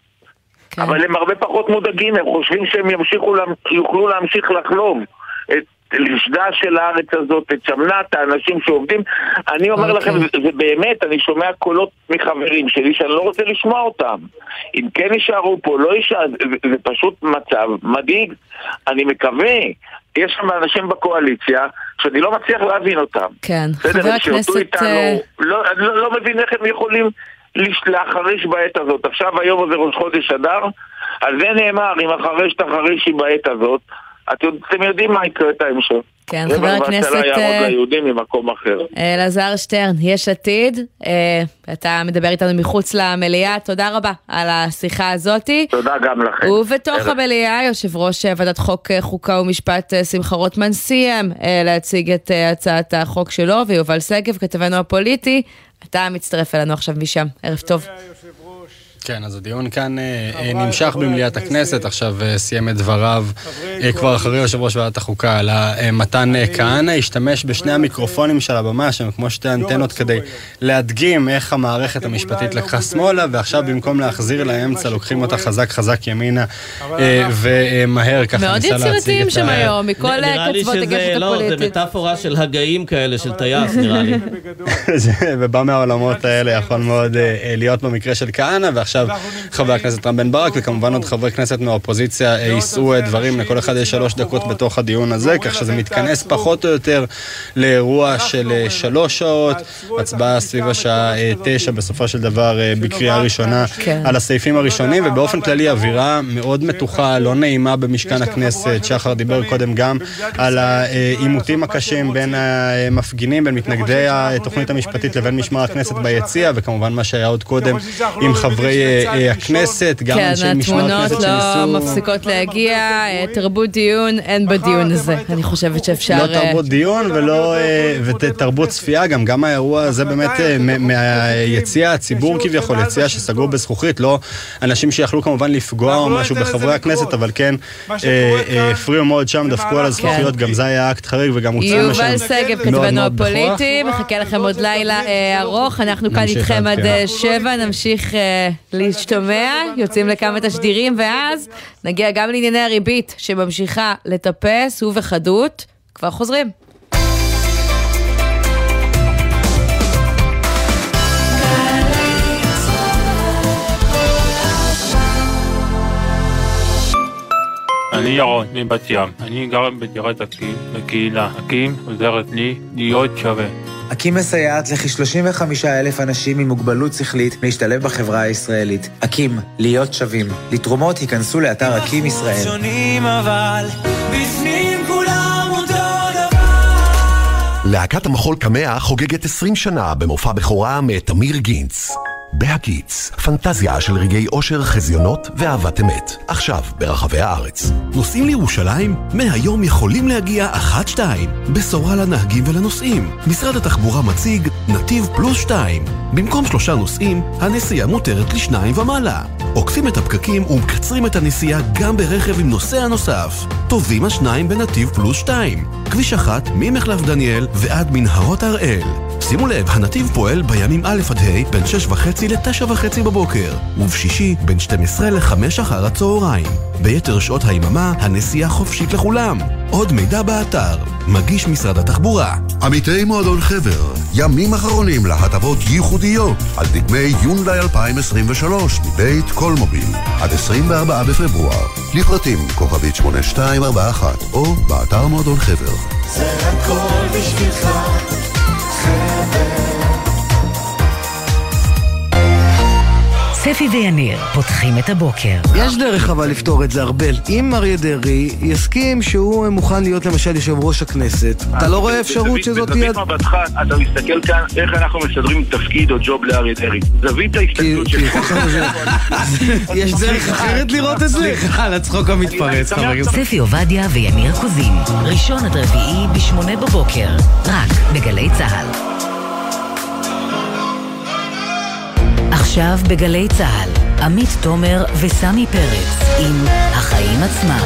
כן. אבל הם הרבה פחות מודאגים, הם חושבים שהם ימשיכו, יוכלו להמשיך לחלום את לשדה של הארץ הזאת, את שמנת האנשים שעובדים. אני אומר okay. לכם, זה, זה באמת, אני שומע קולות מחברים שלי שאני לא רוצה לשמוע אותם. אם כן יישארו פה, לא יישאר, זה, זה פשוט מצב מדאיג. אני מקווה, יש שם אנשים בקואליציה שאני לא מצליח להבין אותם. כן, חבר הכנסת... איתנו, לא, אני לא, לא מבין איך הם יכולים להחריש בעת הזאת. עכשיו היום הזה ראש חודש אדר, על זה נאמר, אם החרש תחרישי בעת הזאת, אתם יודעים מה יקרה את ההמשך. כן, חבר הכנסת... יעמוד ליהודים ממקום אחר. אלעזר שטרן, יש עתיד, אתה מדבר איתנו מחוץ למליאה, תודה רבה על השיחה הזאת. תודה גם לכם. ובתוך המליאה, יושב ראש ועדת חוק חוקה ומשפט שמחה רוטמן סיים להציג את הצעת החוק שלו, ויובל סגב, כתבנו הפוליטי, אתה מצטרף אלינו עכשיו משם. ערב טוב. כן, אז הדיון כאן נמשך במליאת הכנסת, עכשיו סיים את דבריו כבר אחרי יושב ראש ועדת החוקה על מתן כהנא, השתמש בשני המיקרופונים של הבמה, שהם כמו שתי אנטנות כדי להדגים איך המערכת המשפטית לקחה שמאלה, ועכשיו במקום להחזיר לאמצע, לוקחים אותה חזק חזק ימינה, ומהר ככה ניסה להציג את ה... מאוד יצירתיים שם היום, מכל קצוות הגשת הפוליטית. זה מטאפורה של הגאים כאלה, של טייס, נראה לי. ובא מהעולמות האלה יכול מאוד להיות במקרה של כהנא, ועכשיו חבר הכנסת רם בן ברק, וכמובן עוד חברי כנסת מהאופוזיציה יישאו דברים, לכל אחד יש שלוש דקות בתוך הדיון הזה, כך שזה מתכנס פחות או יותר לאירוע של שלוש שעות, הצבעה סביב השעה תשע בסופו של דבר בקריאה ראשונה על הסעיפים הראשונים, ובאופן כללי אווירה מאוד מתוחה, לא נעימה במשכן הכנסת. שחר דיבר קודם גם על העימותים הקשים בין המפגינים, בין מתנגדי התוכנית המשפטית לבין משמר הכנסת ביציע, וכמובן מה שהיה עוד קודם עם חברי הכנסת, גם אנשי משמר הכנסת שניסו... כן, התמונות לא מפסיקות להגיע, תרבות דיון, אין בדיון הזה. אני חושבת שאפשר... לא תרבות דיון ולא... ותרבות צפייה, גם גם האירוע הזה באמת מהיציע הציבור כביכול, יציע שסגור בזכוכית, לא אנשים שיכלו כמובן לפגוע או משהו בחברי הכנסת, אבל כן הפריעו מאוד שם, דפקו על הזכוכיות, גם זה היה אקט חריג וגם הוצאים לשם. יובל סגב, כתבנו הפוליטי, מחכה לכם עוד לילה ארוך, אנחנו כאן איתכם עד שבע, נמשיך להשתמע, יוצאים לכמה תשדירים, ואז נגיע גם לענייני הריבית שממשיכה לטפס ובחדות. כבר חוזרים. אני ירון מבת ים, אני גר בדירת אקים, בקהילה. אקים עוזרת לי להיות שווה. אקים מסייעת לכ-שלושים וחמישה אלף אנשים עם מוגבלות שכלית להשתלב בחברה הישראלית. אקים, להיות שווים. לתרומות היכנסו לאתר אקים ישראל. שונים אבל בפנים כולם אותו דבר. להקת המחול קמע חוגגת עשרים שנה במופע בכורה מתמיר גינץ. בהקיץ, פנטזיה של רגעי אושר, חזיונות ואהבת אמת. עכשיו ברחבי הארץ. נוסעים לירושלים? מהיום יכולים להגיע אחת שתיים. בשורה לנהגים ולנוסעים. משרד התחבורה מציג נתיב פלוס שתיים. במקום שלושה נוסעים, הנסיעה מותרת לשניים ומעלה. עוקפים את הפקקים ומקצרים את הנסיעה גם ברכב עם נוסע נוסף. טובים השניים בנתיב פלוס שתיים. כביש אחת ממחלף דניאל ועד מנהרות הראל. שימו לב, הנתיב פועל בימים א' עד ה' בין שש וחצי לתשע וחצי בבוקר, ובשישי בין שתים עשרה לחמש אחר הצהריים. ביתר שעות היממה, הנסיעה חופשית לכולם. עוד מידע באתר, מגיש משרד התחבורה. עמיתי מועדון חבר, ימים אחרונים להטבות ייחודיות על דגמי יונדאי אלפיים עשרים ושלוש מבית כל מוביל, עד עשרים וארבעה בפברואר. לפרטים כוכבית שמונה שתיים ארבע אחת או באתר מועדון חבר. זה הכל בשבילך חבר. ספי ויניר פותחים את הבוקר. יש דרך אבל לפתור את זה ארבל. אם אריה דרעי יסכים שהוא מוכן להיות למשל יושב ראש הכנסת, אתה לא רואה אפשרות שזאת תהיה... בזווית מבטך, אתה מסתכל כאן איך אנחנו מסדרים תפקיד או ג'וב לאריה דרעי. זווית ההסתכלות של... יש דרך אחרת לראות את זה? סליחה, לצחוק המתפרץ, חבר הכנסת. ספי עובדיה ויניר קוזין, ראשון עד רביעי בשמונה בבוקר, רק בגלי צהל. עכשיו בגלי צהל, עמית תומר וסמי פרץ עם החיים עצמם.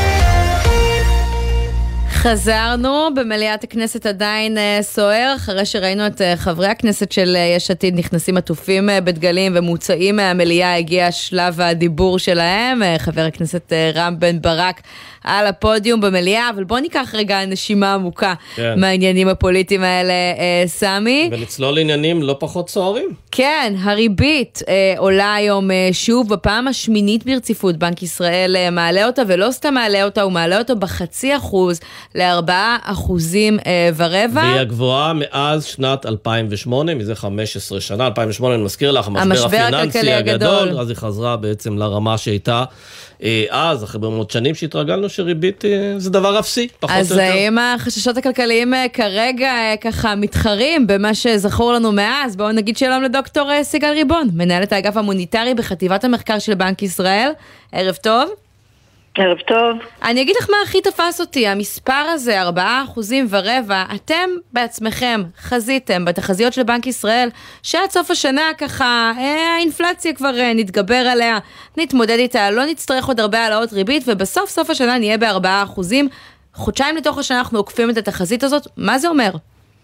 חזרנו, במליאת הכנסת עדיין סוער, אחרי שראינו את חברי הכנסת של יש עתיד נכנסים עטופים בדגלים ומוצאים מהמליאה, הגיע שלב הדיבור שלהם, חבר הכנסת רם בן ברק על הפודיום במליאה, אבל בוא ניקח רגע נשימה עמוקה כן. מהעניינים הפוליטיים האלה, סמי. ולצלול עניינים לא פחות סוערים. כן, הריבית אה, עולה היום אה, שוב, בפעם השמינית ברציפות, בנק ישראל אה, מעלה אותה, ולא סתם מעלה אותה, הוא מעלה אותה בחצי אחוז, לארבעה אחוזים אה, ורבע. והיא הגבוהה מאז שנת אלפיים ושמונה, מזה חמש עשרה שנה, אלפיים ושמונה, אני מזכיר לך, המשבר הפיננסי הגדול, אז היא חזרה בעצם לרמה שהייתה אה, אז, אחרי במאות שנים שהתרגלנו שריבית אה, זה דבר אפסי, פחות או יותר. אז האם החששות הכלכליים אה, כרגע אה, ככה מתחרים במה שזכור לנו מאז? בואו נגיד שלום לדוקטור אה, סיגל ריבון, מנהלת האגף המוניטרי בחטיבת המחקר של בנק ישראל. ערב טוב. ערב טוב. אני אגיד לך מה הכי תפס אותי, המספר הזה, ארבעה אחוזים ורבע, אתם בעצמכם חזיתם בתחזיות של בנק ישראל, שעד סוף השנה ככה, האינפלציה כבר נתגבר עליה, נתמודד איתה, לא נצטרך עוד הרבה העלאות ריבית, ובסוף סוף השנה נהיה בארבעה אחוזים, חודשיים לתוך השנה אנחנו עוקפים את התחזית הזאת, מה זה אומר?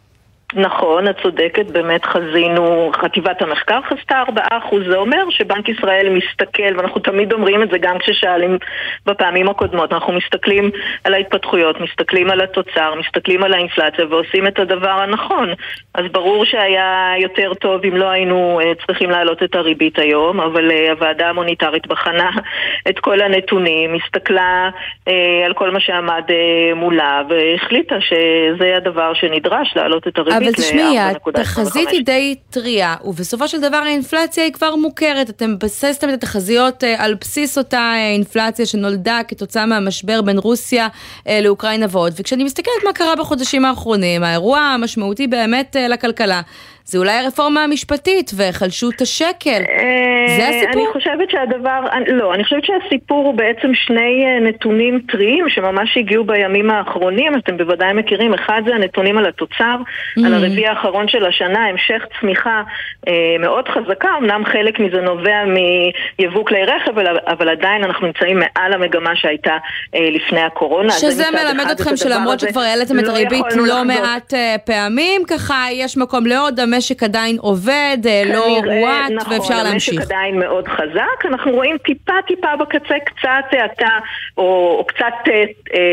נכון, את צודקת, באמת חזינו, חטיבת המחקר חזתה ארבעה אחוז, זה אומר שבנק ישראל מסתכל, ואנחנו תמיד אומרים את זה גם כששאלים בפעמים הקודמות, אנחנו מסתכלים על ההתפתחויות, מסתכלים על התוצר, מסתכלים על האינפלציה ועושים את הדבר הנכון. אז ברור שהיה יותר טוב אם לא היינו צריכים להעלות את הריבית היום, אבל הוועדה המוניטרית בחנה את כל הנתונים, הסתכלה על כל מה שעמד מולה, והחליטה שזה הדבר שנדרש להעלות את הריבית. אבל תשמעי, התחזית היא די טריה, ובסופו של דבר האינפלציה היא כבר מוכרת. אתם בססתם את התחזיות על בסיס אותה אינפלציה שנולדה כתוצאה מהמשבר בין רוסיה לאוקראינה ועוד. וכשאני מסתכלת מה קרה בחודשים האחרונים, האירוע המשמעותי באמת לכלכלה, זה אולי הרפורמה המשפטית וחלשות השקל. זה הסיפור? אני חושבת שהדבר, לא, אני חושבת שהסיפור הוא בעצם שני נתונים טריים שממש הגיעו בימים האחרונים, אתם בוודאי מכירים, אחד זה הנתונים על התוצר, על הרביע האחרון של השנה, המשך צמיחה מאוד חזקה, אמנם חלק מזה נובע מיבוא כלי רכב, אבל עדיין אנחנו נמצאים מעל המגמה שהייתה לפני הקורונה. שזה מלמד אתכם שלמרות שכבר העליתם את הריבית לא מעט פעמים, ככה יש מקום לעוד, המשק עדיין עובד, לא רועט, נכון, ואפשר להמשיך. המשק עדיין מאוד חזק, אנחנו רואים טיפה טיפה בקצה, קצת האטה, או, או קצת אה,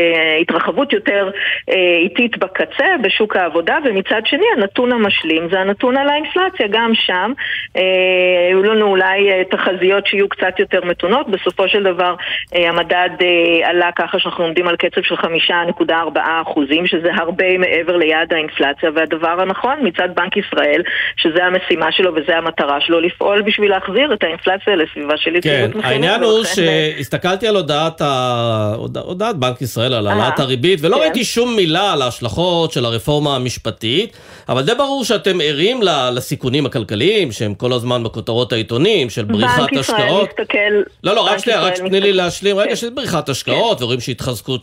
התרחבות יותר אה, איטית בקצה, בשוק העבודה, ומצד שני הנתון המשלים, זה הנתון על האינפלציה, גם שם, אה, היו לנו אולי אה, תחזיות שיהיו קצת יותר מתונות, בסופו של דבר אה, המדד אה, עלה ככה שאנחנו עומדים על קצב של חמישה נקודה ארבעה אחוזים, שזה הרבה מעבר ליעד האינפלציה, והדבר הנכון מצד בנק ישראל, שזה המשימה שלו וזה המטרה שלו, לפעול בשביל להחזיר את האינפלציה לסביבה של יציבות מחירים. כן, העניין הוא שהסתכלתי על הודעת, הודעת בנק ישראל על העלאת הריבית, ולא ראיתי שום מילה על ההשלכות של הרפורמה המשפטית, אבל די ברור שאתם ערים לסיכונים הכלכליים, שהם כל הזמן בכותרות העיתונים, של בריחת השקעות. לא, לא, רק שנייה, רק תני לי להשלים, רגע, של בריחת השקעות, ורואים שהתחזקות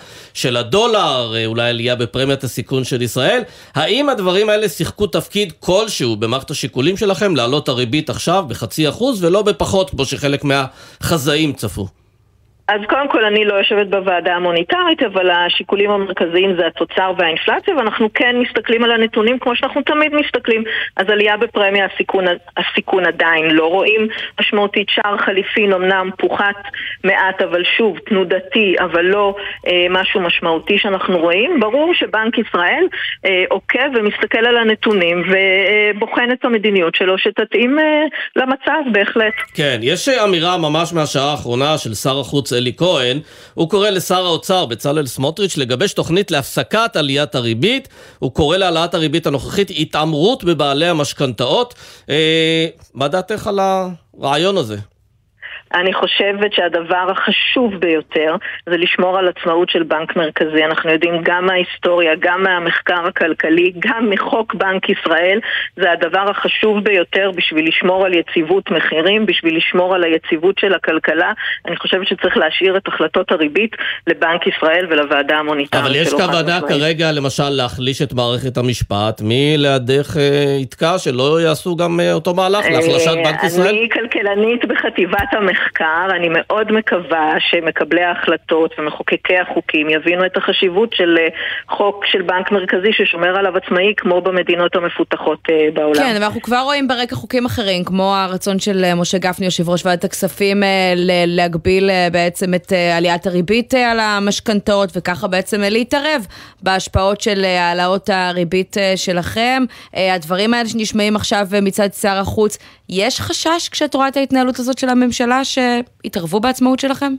של הדולר, אולי עלייה בפרמיית הסיכון של ישראל. האם הדברים האלה שיחקו תפקיד כלשהו במערכת השיקולים שלכם להעלות הריבית עכשיו בחצי אחוז ולא בפחות כמו שחלק מהחזאים צפו? אז קודם כל אני לא יושבת בוועדה המוניטרית, אבל השיקולים המרכזיים זה התוצר והאינפלציה, ואנחנו כן מסתכלים על הנתונים כמו שאנחנו תמיד מסתכלים. אז עלייה בפרמיה הסיכון, הסיכון עדיין לא רואים משמעותית, שער חליפין אמנם פוחת מעט, אבל שוב תנודתי, אבל לא אה, משהו משמעותי שאנחנו רואים. ברור שבנק ישראל אה, עוקב ומסתכל על הנתונים ובוחן את המדיניות שלו שתתאים אה, למצב בהחלט. כן, יש אמירה ממש מהשעה האחרונה של שר החוץ אלי כהן. הוא קורא לשר האוצר בצלאל סמוטריץ' לגבש תוכנית להפסקת עליית הריבית. הוא קורא להעלאת הריבית הנוכחית התעמרות בבעלי המשכנתאות. אה, מה דעתך על הרעיון הזה? אני חושבת שהדבר החשוב ביותר זה לשמור על עצמאות של בנק מרכזי. אנחנו יודעים גם מההיסטוריה, גם מהמחקר הכלכלי, גם מחוק בנק ישראל, זה הדבר החשוב ביותר בשביל לשמור על יציבות מחירים, בשביל לשמור על היציבות של הכלכלה. אני חושבת שצריך להשאיר את החלטות הריבית לבנק ישראל ולוועדה המוניטרית. אבל יש כוונה כרגע למשל להחליש את מערכת המשפט, מי לידך יתקע שלא יעשו גם אותו מהלך להחלשת בנק ישראל? אני כלכלנית בחטיבת המחקר. אני מאוד מקווה שמקבלי ההחלטות ומחוקקי החוקים יבינו את החשיבות של חוק של בנק מרכזי ששומר עליו עצמאי כמו במדינות המפותחות בעולם. כן, אבל אנחנו כבר רואים ברקע חוקים אחרים, כמו הרצון של משה גפני, יושב ראש ועדת הכספים, להגביל בעצם את עליית הריבית על המשכנתאות, וככה בעצם להתערב בהשפעות של העלאות הריבית שלכם. הדברים האלה שנשמעים עכשיו מצד שר החוץ, יש חשש כשאת רואה את ההתנהלות הזאת של הממשלה שהתערבו בעצמאות שלכם?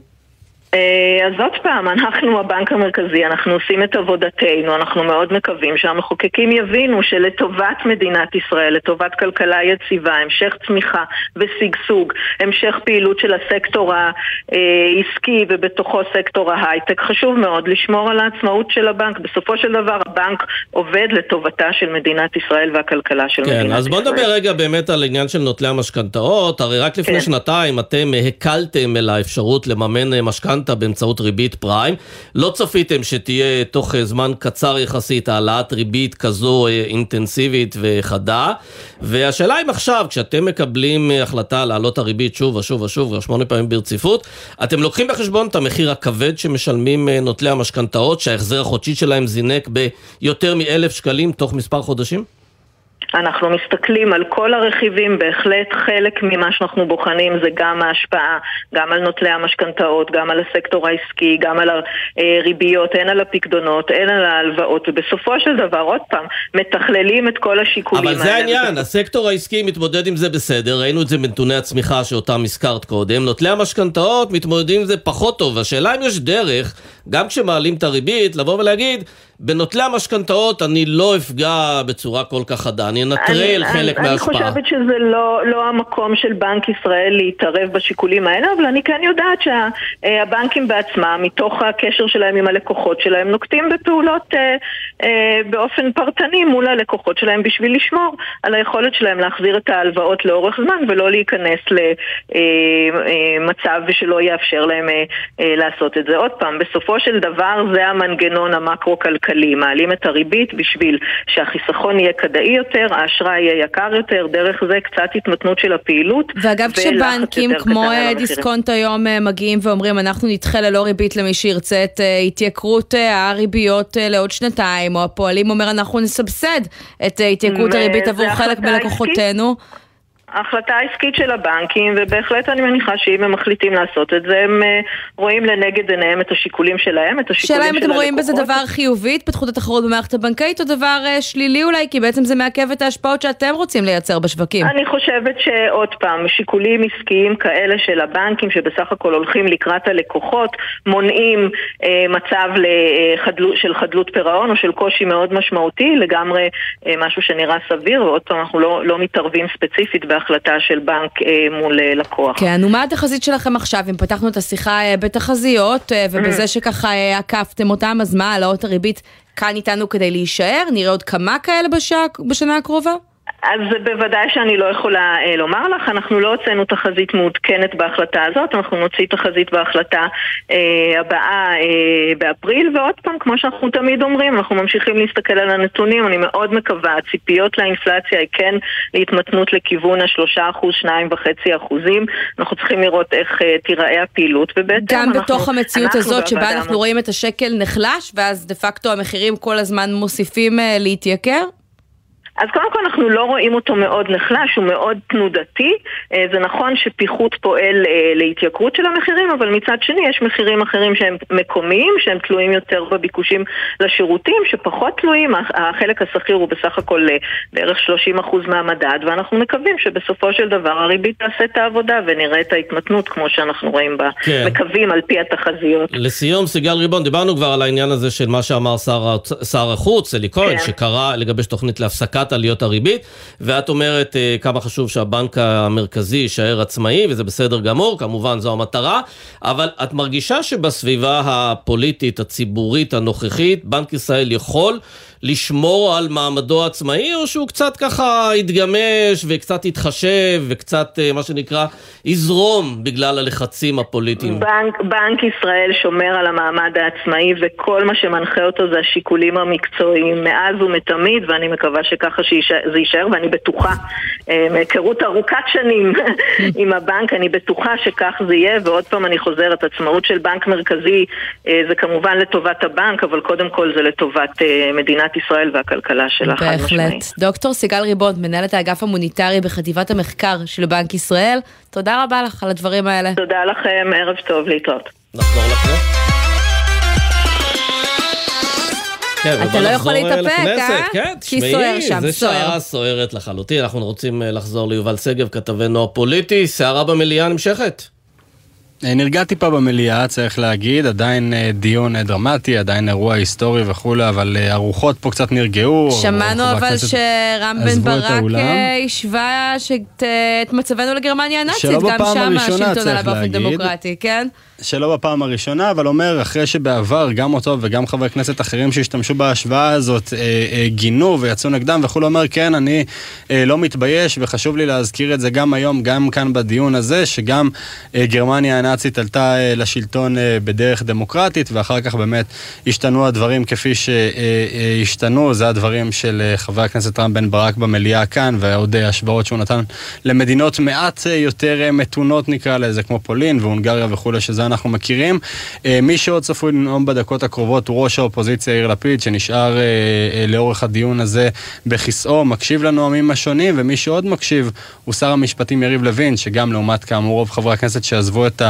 אז עוד פעם, אנחנו הבנק המרכזי, אנחנו עושים את עבודתנו, אנחנו מאוד מקווים שהמחוקקים יבינו שלטובת מדינת ישראל, לטובת כלכלה יציבה, המשך צמיחה וסגסוג, המשך פעילות של הסקטור העסקי ובתוכו סקטור ההייטק, חשוב מאוד לשמור על העצמאות של הבנק. בסופו של דבר הבנק עובד לטובתה של מדינת ישראל והכלכלה של כן, מדינת ישראל. אז בוא נדבר רגע באמת על עניין של נוטלי המשכנתאות. הרי רק לפני כן. שנתיים אתם הקלתם אל האפשרות לממן משכנתא באמצעות ריבית פריים. לא צפיתם שתהיה תוך זמן קצר יחסית העלאת ריבית כזו אינטנסיבית וחדה. והשאלה אם עכשיו, כשאתם מקבלים החלטה להעלות הריבית שוב ושוב ושוב, שמונה פעמים ברציפות, אתם לוקחים בחשבון את המחיר הכבד שמשלמים נוטלי המשכנתאות, שההחזר החודשי שלהם זינק ביותר מאלף שקלים תוך מספר חודשים? אנחנו מסתכלים על כל הרכיבים, בהחלט חלק ממה שאנחנו בוחנים זה גם ההשפעה, גם על נוטלי המשכנתאות, גם על הסקטור העסקי, גם על הריביות, הן על הפקדונות, הן על ההלוואות, ובסופו של דבר, עוד פעם, מתכללים את כל השיקולים. אבל זה העניין, הסקטור העסקי מתמודד עם זה בסדר, ראינו את זה בנתוני הצמיחה שאותם הזכרת קודם, נוטלי המשכנתאות מתמודדים עם זה פחות טוב, השאלה אם יש דרך, גם כשמעלים את הריבית, לבוא ולהגיד, בנוטלי המשכנתאות אני לא אפגע בצורה כל כך חדה, אני אנטרל חלק אני, מההשפעה. אני חושבת שזה לא, לא המקום של בנק ישראל להתערב בשיקולים האלה, אבל אני כן יודעת שהבנקים בעצמם, מתוך הקשר שלהם עם הלקוחות שלהם, נוקטים בפעולות אה, אה, באופן פרטני מול הלקוחות שלהם, בשביל לשמור על היכולת שלהם להחזיר את ההלוואות לאורך זמן, ולא להיכנס למצב ושלא יאפשר להם אה, אה, לעשות את זה. עוד פעם, בסופו של דבר זה המנגנון המקרו-כלכלי, מעלים את הריבית בשביל שהחיסכון יהיה כדאי יותר, האשראי יהיה יקר יותר, דרך זה קצת התמתנות של הפעילות. ואגב, כשבנקים כמו דיסקונט היום מגיעים ואומרים, אנחנו נדחה ללא ריבית למי שירצה את התייקרות הריביות לעוד שנתיים, או הפועלים אומר, אנחנו נסבסד את התייקרות הריבית עבור חלק בלקוחותינו. ההחלטה העסקית של הבנקים, ובהחלט אני מניחה שאם הם מחליטים לעשות את זה, הם רואים לנגד עיניהם את השיקולים שלהם, את השיקולים של הלקוחות. שאלה אם אתם רואים בזה דבר חיובי, התפתחות התחרות במערכת הבנקאית, או דבר שלילי אולי, כי בעצם זה מעכב את ההשפעות שאתם רוצים לייצר בשווקים. אני חושבת שעוד פעם, שיקולים עסקיים כאלה של הבנקים, שבסך הכל הולכים לקראת הלקוחות, מונעים אה, מצב לחדלות, של חדלות פירעון, או של קושי מאוד משמעותי, לגמרי אה, משהו שנראה סביר, ועוד פעם אנחנו לא, לא מתערבים ספציפית החלטה של בנק אה, מול אה, לקוח. כן, ומה התחזית שלכם עכשיו? אם פתחנו את השיחה אה, בתחזיות, אה, ובזה שככה אה, עקפתם אותם, אז מה, העלאות הריבית כאן איתנו כדי להישאר? נראה עוד כמה כאלה בשע, בשנה הקרובה? אז בוודאי שאני לא יכולה אה, לומר לך, אנחנו לא הוצאנו תחזית מעודכנת בהחלטה הזאת, אנחנו נוציא תחזית בהחלטה אה, הבאה אה, באפריל, ועוד פעם, כמו שאנחנו תמיד אומרים, אנחנו ממשיכים להסתכל על הנתונים, אני מאוד מקווה, הציפיות לאינפלציה היא כן להתמתנות לכיוון השלושה אחוז, שניים וחצי אחוזים, אנחנו צריכים לראות איך אה, תיראה הפעילות, ובעצם גם אנחנו, בתוך המציאות הזאת שבה אנחנו מ... רואים את השקל נחלש, ואז דה פקטו המחירים כל הזמן מוסיפים אה, להתייקר? אז קודם כל אנחנו לא רואים אותו מאוד נחלש, הוא מאוד תנודתי. זה נכון שפיחות פועל להתייקרות של המחירים, אבל מצד שני יש מחירים אחרים שהם מקומיים, שהם תלויים יותר בביקושים לשירותים, שפחות תלויים. החלק השכיר הוא בסך הכל בערך שלושים אחוז מהמדד, ואנחנו מקווים שבסופו של דבר הריבית תעשה את העבודה ונראה את ההתמתנות כמו שאנחנו רואים בה, כן. מקווים על פי התחזיות. לסיום, סיגל ריבון, דיברנו כבר על העניין הזה של מה שאמר שר, שר החוץ, אלי כהן, כן. שקרא לגבש תוכנית להפסקת עליות הריבית, ואת אומרת כמה חשוב שהבנק המרכזי יישאר עצמאי, וזה בסדר גמור, כמובן זו המטרה, אבל את מרגישה שבסביבה הפוליטית, הציבורית, הנוכחית, בנק ישראל יכול לשמור על מעמדו העצמאי, או שהוא קצת ככה יתגמש וקצת יתחשב וקצת מה שנקרא יזרום בגלל הלחצים הפוליטיים? בנק, בנק ישראל שומר על המעמד העצמאי, וכל מה שמנחה אותו זה השיקולים המקצועיים מאז ומתמיד, ואני מקווה שככה שזה יישאר, ואני בטוחה, מהיכרות ארוכת שנים עם הבנק, אני בטוחה שכך זה יהיה. ועוד פעם אני חוזרת, עצמאות של בנק מרכזי זה כמובן לטובת הבנק, אבל קודם כל זה לטובת מדינת ישראל והכלכלה שלה. בהחלט. דוקטור סיגל ריבון, מנהלת האגף המוניטרי בחטיבת המחקר של בנק ישראל, תודה רבה לך על הדברים האלה. תודה לכם, ערב טוב, להתראות. נחזור לכם. אתה לא יכול להתאפק, אה? כן, כי סוער שם, זה סוער. שעה סוערת לחלוטין. אנחנו רוצים לחזור ליובל סגב, כתבנו הפוליטי. סערה במליאה נמשכת. נרגע טיפה במליאה, צריך להגיד, עדיין דיון דרמטי, עדיין אירוע היסטורי וכו', אבל הרוחות פה קצת נרגעו. שמענו אבל שרם בן ברק השווה את מצבנו לגרמניה הנאצית, גם שם השלטון עלה באופן דמוקרטי, כן? שלא בפעם הראשונה, אבל אומר, אחרי שבעבר גם אותו וגם חברי כנסת אחרים שהשתמשו בהשוואה הזאת, גינו ויצאו נגדם וכו', אומר, כן, אני לא מתבייש, וחשוב לי להזכיר את זה גם היום, גם כאן בדיון הזה, שגם גרמניה הנאצית עלתה לשלטון בדרך דמוקרטית, ואחר כך באמת השתנו הדברים כפי שהשתנו, זה הדברים של חבר הכנסת רם בן ברק במליאה כאן, ועוד השוואות שהוא נתן למדינות מעט יותר מתונות נקרא לזה, כמו פולין והונגריה וכו', שזה אנחנו מכירים. מי שעוד צפוי לנאום בדקות הקרובות הוא ראש האופוזיציה יאיר לפיד, שנשאר לאורך הדיון הזה בכיסאו, מקשיב לנואמים השונים, ומי שעוד מקשיב הוא שר המשפטים יריב לוין, שגם לעומת כאמור רוב חברי הכנסת שעזבו את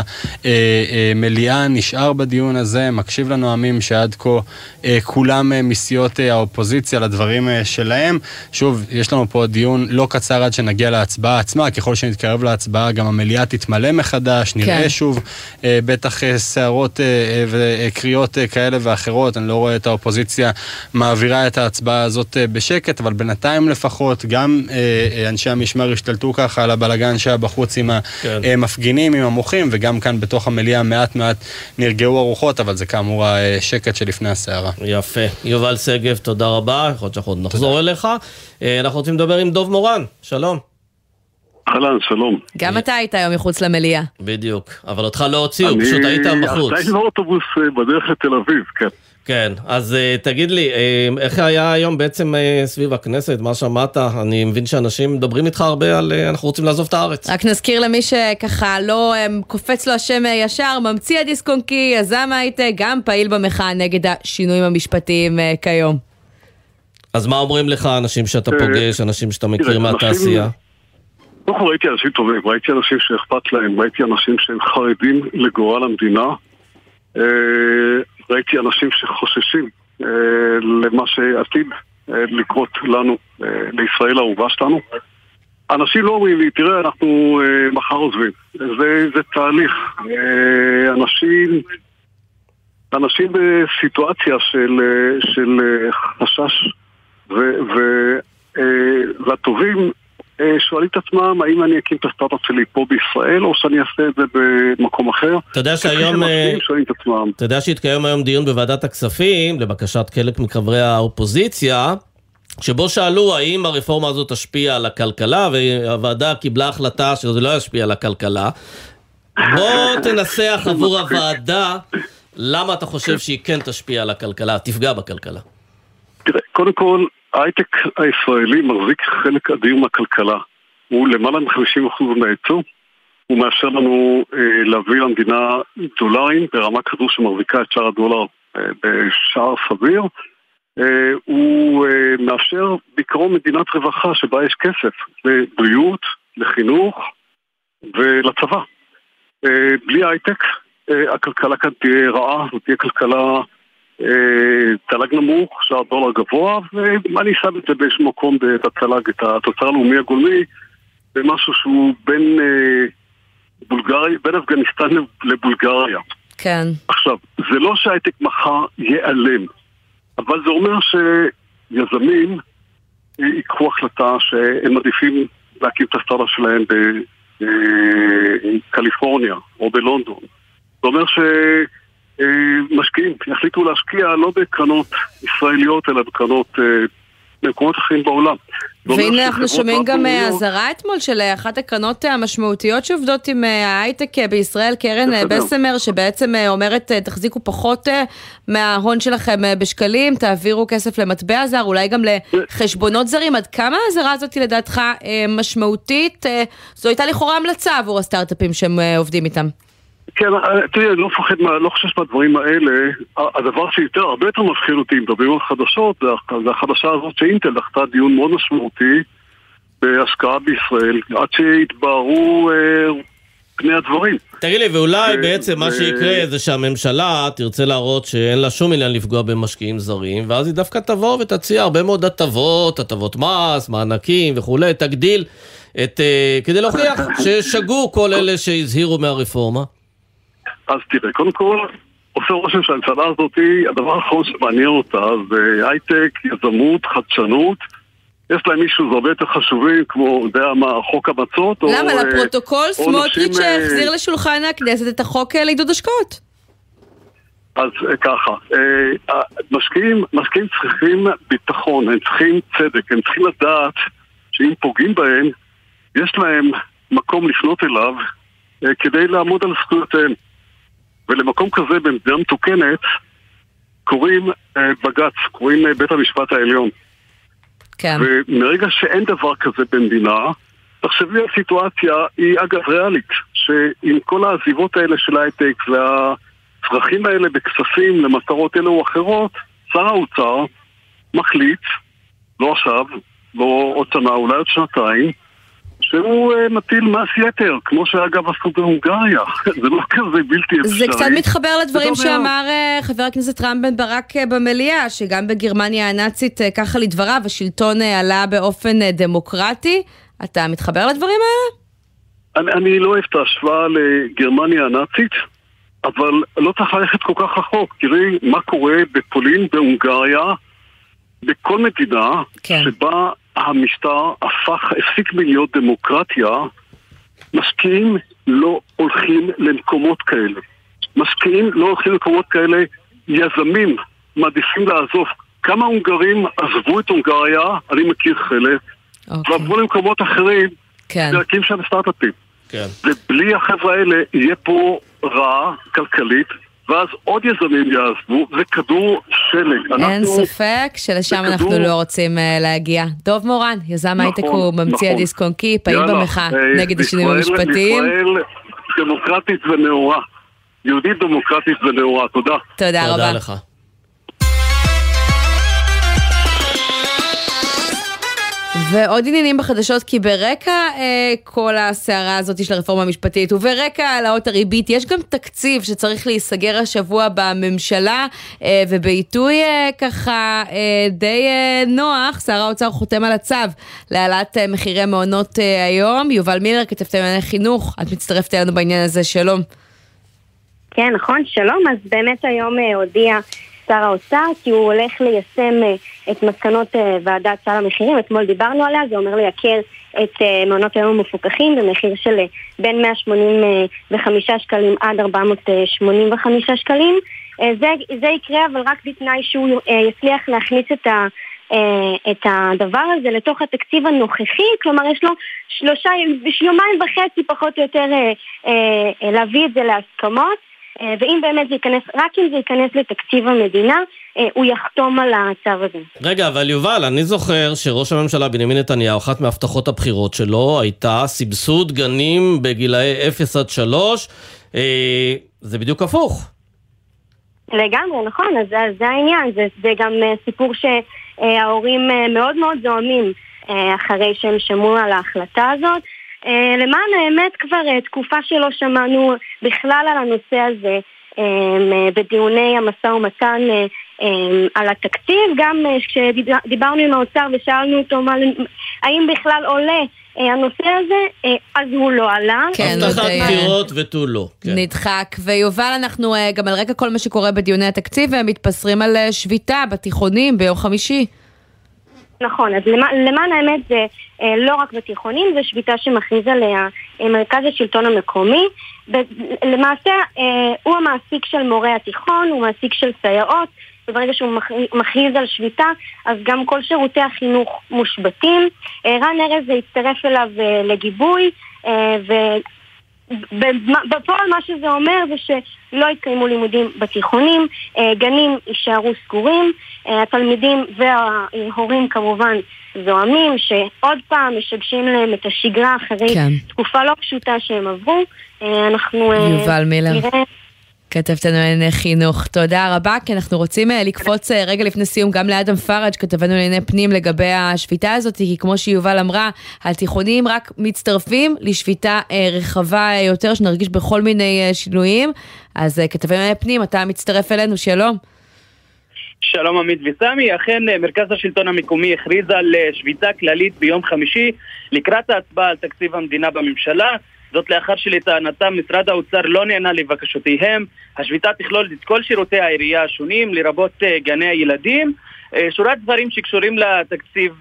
המליאה נשאר בדיון הזה, מקשיב לנואמים שעד כה כולם מסיעות האופוזיציה לדברים שלהם. שוב, יש לנו פה דיון לא קצר עד שנגיע להצבעה עצמה, ככל שנתקרב להצבעה גם המליאה תתמלא מחדש, נראה שוב בטח סערות וקריאות כאלה ואחרות. אני לא רואה את האופוזיציה מעבירה את ההצבעה הזאת בשקט, אבל בינתיים לפחות גם אנשי המשמר השתלטו ככה על הבלגן שהיה בחוץ עם המפגינים, עם המוחים, וגם כאן בתוך המליאה מעט מעט נרגעו הרוחות, אבל זה כאמור השקט שלפני הסערה. יפה. יובל סגב, תודה רבה. יכול להיות שאנחנו עוד נחזור אליך. אנחנו רוצים לדבר עם דוב מורן. שלום. אהלן, שלום. גם אתה היית היום מחוץ למליאה. בדיוק, אבל אותך לא הוציאו, פשוט היית בחוץ. הייתי באוטובוס בדרך לתל אביב, כן. כן, אז תגיד לי, איך היה היום בעצם סביב הכנסת? מה שמעת? אני מבין שאנשים מדברים איתך הרבה על אנחנו רוצים לעזוב את הארץ. רק נזכיר למי שככה לא קופץ לו השם ישר, ממציא הדיסק-און-קי, יזם הייטק, גם פעיל במחאה נגד השינויים המשפטיים כיום. אז מה אומרים לך אנשים שאתה פוגש, אנשים שאתה מכיר מהתעשייה? לא יכול, ראיתי אנשים טובים, ראיתי אנשים שאכפת להם, ראיתי אנשים שהם חרדים לגורל המדינה, ראיתי אנשים שחוששים למה שעתיד לקרות לנו, לישראל האהובה שלנו. אנשים לא אומרים לי, תראה, אנחנו מחר עוזבים. זה, זה תהליך. אנשים, אנשים בסיטואציה של, של חשש, ו, ו, והטובים שואלים את עצמם, האם אני אקים את הסטארט-אפ שלי פה בישראל, או שאני אעשה את זה במקום אחר? אתה יודע שהיום, אתה יודע שהתקיים היום דיון בוועדת הכספים, לבקשת חלק מחברי האופוזיציה, שבו שאלו האם הרפורמה הזאת תשפיע על הכלכלה, והוועדה קיבלה החלטה שזה לא ישפיע על הכלכלה. בוא תנסח עבור הוועדה למה אתה חושב שהיא כן תשפיע על הכלכלה, תפגע בכלכלה. תראה, קודם כל, ההייטק הישראלי מחזיק חלק אדיר מהכלכלה. הוא למעלה מ-חמישים אחוז מהייצוא, הוא מאפשר לנו אה, להביא למדינה דולרים ברמה כזו שמחזיקה את שער הדולר אה, בשער סביר. אה, הוא אה, מאפשר בעיקרון מדינת רווחה שבה יש כסף לבריאות, לחינוך ולצבא. אה, בלי הייטק, אה, הכלכלה כאן תהיה רעה, זאת תהיה כלכלה תל"ג נמוך, שער דולר גבוה, ואני שם את זה באיזשהו מקום בתל"ג, את התוצר הלאומי הגולמי, במשהו שהוא בין בולגריה, בין אפגניסטן לבולגריה. כן. עכשיו, זה לא שההייטק מחר ייעלם, אבל זה אומר שיזמים ייקחו החלטה שהם עדיפים להקים את הסטארט-אפ שלהם בקליפורניה או בלונדון. זה אומר ש... משקיעים, יחליטו להשקיע לא בקרנות ישראליות אלא בקרנות במקומות אחרים בעולם. והנה אנחנו שומעים גם הזרה אתמול של אחת הקרנות המשמעותיות שעובדות עם ההייטק בישראל, קרן בסמר, שבעצם אומרת תחזיקו פחות מההון שלכם בשקלים, תעבירו כסף למטבע זר, אולי גם לחשבונות זרים. עד כמה הזרה הזאת לדעתך משמעותית? זו הייתה לכאורה המלצה עבור הסטארט-אפים שהם עובדים איתם. כן, תראי, לא פוחד, לא חושש מהדברים האלה. הדבר שיותר, הרבה יותר מפחיד אותי, מדברים על חדשות, זה החדשה הזאת שאינטל דחתה דיון מאוד משמעותי בהשקעה בישראל, עד שהתבהרו פני הדברים. תגיד לי, ואולי בעצם מה שיקרה זה שהממשלה תרצה להראות שאין לה שום עניין לפגוע במשקיעים זרים, ואז היא דווקא תבוא ותציע הרבה מאוד הטבות, הטבות מס, מענקים וכולי, תגדיל את, כדי להוכיח ששגו כל אלה שהזהירו מהרפורמה. אז תראה, קודם כל, עושה רושם שהממשלה הזאת, הדבר האחרון שמעניין אותה זה הייטק, יזמות, חדשנות. יש להם מישהו זה הרבה יותר חשובים, כמו, יודע מה, חוק המצות. למה? לפרוטוקול סמוטריץ' שהחזיר לשולחן הכנסת את החוק לעידוד השקעות. אז ככה, משקיעים, משקיעים צריכים ביטחון, הם צריכים צדק, הם צריכים לדעת שאם פוגעים בהם, יש להם מקום לפנות אליו כדי לעמוד על זכויותיהם. ולמקום כזה במדינה מתוקנת קוראים בג"ץ, קוראים בית המשפט העליון. כן. ומרגע שאין דבר כזה במדינה, תחשבי הסיטואציה היא אגב ריאלית, שעם כל העזיבות האלה של ההייטק והצרכים האלה בכספים למטרות אלו או אחרות, שר האוצר מחליט, לא עכשיו, לא עוד שנה, אולי עוד שנתיים, שהוא מטיל מס יתר, כמו שאגב עשו בהונגריה. זה לא כזה בלתי אפשרי. זה קצת מתחבר לדברים שאמר חבר הכנסת רם בן ברק במליאה, שגם בגרמניה הנאצית, ככה לדבריו, השלטון עלה באופן דמוקרטי. אתה מתחבר לדברים האלה? אני, אני לא אוהב את ההשוואה לגרמניה הנאצית, אבל לא צריך ללכת כל כך רחוק. תראי מה קורה בפולין, בהונגריה, בכל מדינה כן. שבה המשטר הפך, הפסיק מלהיות דמוקרטיה, משקיעים לא הולכים למקומות כאלה. משקיעים לא הולכים למקומות כאלה, יזמים מעדיפים לעזוב. כמה הונגרים עזבו את הונגריה, אני מכיר חלק, okay. ועברו למקומות אחרים, כן. להקים שם סטארט-אפים. כן. ובלי החבר'ה האלה יהיה פה רעה כלכלית, ואז עוד יזמים יעזבו, זה כדור שלג. אין ספק שלשם אנחנו לא רוצים להגיע. דוב מורן, יזם הייטק הוא ממציא הדיסק און קי, פעיל במחאה נגד השינויים המשפטיים. ישראל דמוקרטית ונאורה. יהודית דמוקרטית ונאורה. תודה. תודה רבה. תודה לך. ועוד עניינים בחדשות, כי ברקע אה, כל הסערה הזאת של הרפורמה המשפטית, וברקע העלאות הריבית, יש גם תקציב שצריך להיסגר השבוע בממשלה, אה, ובעיתוי אה, ככה אה, די אה, נוח, שר האוצר חותם על הצו להעלאת אה, מחירי מעונות אה, היום. יובל מילר, כתבת ענייני חינוך, את מצטרפת אלינו בעניין הזה, שלום. כן, נכון, שלום. אז באמת היום אה, הודיע שר האוצר, כי הוא הולך ליישם את מסקנות ועדת סל המחירים. אתמול דיברנו עליה, זה אומר לייקר את מעונות היום המפוקחים במחיר של בין מאה שמונים וחמישה שקלים עד ארבע מאות שמונים וחמישה שקלים. זה, זה יקרה, אבל רק בתנאי שהוא יצליח להכניס את את הדבר הזה לתוך התקציב הנוכחי, כלומר יש לו שלושה, יומיים וחצי פחות או יותר להביא את זה להסכמות, ואם באמת זה ייכנס, רק אם זה ייכנס לתקציב המדינה, הוא יחתום על הצו הזה. רגע, אבל יובל, אני זוכר שראש הממשלה בנימין נתניהו, אחת מהבטחות הבחירות שלו הייתה סבסוד גנים בגילאי אפס עד שלוש, אה, זה בדיוק הפוך. לגמרי, נכון, אז זה העניין, זה, זה גם סיפור שההורים מאוד מאוד זוהמים אחרי שהם שמעו על ההחלטה הזאת. למען האמת כבר תקופה שלא שמענו בכלל על הנושא הזה בדיוני המשא ומתן על התקציב, גם כשדיברנו עם האוצר ושאלנו אותו האם בכלל עולה הנושא הזה, אז הוא לא עלה. כן, הבטחת בחירות ותו לא. נדחק. ויובל, אנחנו גם על רקע כל מה שקורה בדיוני התקציב, והם מתפסרים על שביתה בתיכונים ביום חמישי. נכון, אז למען האמת זה לא רק בתיכונים, זה שביתה שמכריז עליה מרכז השלטון המקומי. למעשה הוא המעסיק של מורי התיכון, הוא מעסיק של סייעות, וברגע שהוא מכריז על שביתה, אז גם כל שירותי החינוך מושבתים. רן ארז הצטרף אליו לגיבוי, ובפועל מה שזה אומר זה שלא יתקיימו לימודים בתיכונים, גנים יישארו סגורים, התלמידים וההורים כמובן זוהמים, שעוד פעם משגשים להם את השגרה אחרי כן. תקופה לא פשוטה שהם עברו. אנחנו יובל מילר. נראה... כתבתנו לענייני חינוך. תודה רבה, כי אנחנו רוצים לקפוץ רגע לפני סיום גם לאדם פראג' כתבנו לענייני פנים לגבי השביתה הזאת, כי כמו שיובל אמרה, התיכונים רק מצטרפים לשביתה רחבה יותר, שנרגיש בכל מיני שינויים. אז כתבנו לענייני פנים, אתה מצטרף אלינו, שלום. שלום עמית וסמי, אכן מרכז השלטון המקומי הכריז על שביתה כללית ביום חמישי לקראת ההצבעה על תקציב המדינה בממשלה. זאת לאחר שלטענתם משרד האוצר לא נענה לבקשותיהם. השביתה תכלול את כל שירותי העירייה השונים, לרבות גני הילדים. שורת דברים שקשורים לתקציב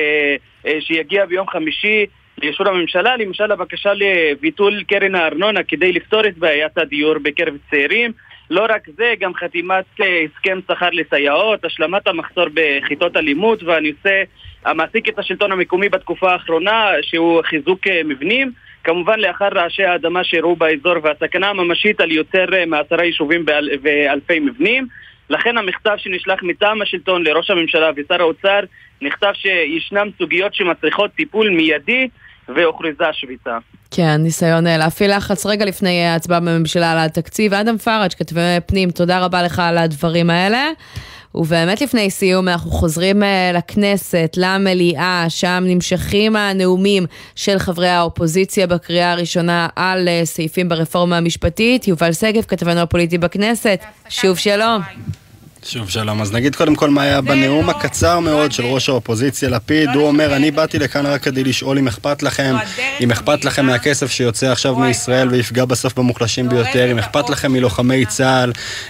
שיגיע ביום חמישי לאישור הממשלה, למשל הבקשה לביטול קרן הארנונה כדי לפתור את בעיית הדיור בקרב צעירים. לא רק זה, גם חתימת הסכם שכר לסייעות, השלמת המחסור בכיתות הלימוד, והנושא המעסיק את השלטון המקומי בתקופה האחרונה שהוא חיזוק מבנים. כמובן לאחר רעשי האדמה שאירעו באזור והסכנה הממשית על יותר מעשרה יישובים באל... ואלפי מבנים. לכן המכתב שנשלח מטעם השלטון לראש הממשלה ושר האוצר נכתב שישנם סוגיות שמצריכות טיפול מיידי והוכרזה שביתה. כן, ניסיון להפעיל לחץ רגע לפני ההצבעה בממשלה על התקציב. אדם פראג' כתבי פנים, תודה רבה לך על הדברים האלה. ובאמת לפני סיום אנחנו חוזרים לכנסת, למליאה, שם נמשכים הנאומים של חברי האופוזיציה בקריאה הראשונה על סעיפים ברפורמה המשפטית. יובל סגב, כתבנו הפוליטי בכנסת, שוב שלום. שוב שלום, אז נגיד קודם כל מה היה בנאום הקצר מאוד של ראש האופוזיציה לפיד. הוא אומר, אני באתי לכאן רק כדי לשאול אם אכפת לכם, אם אכפת לכם מהכסף שיוצא עכשיו מישראל ויפגע בסוף במוחלשים ביותר, אם אכפת לכם מלוחמי צה"ל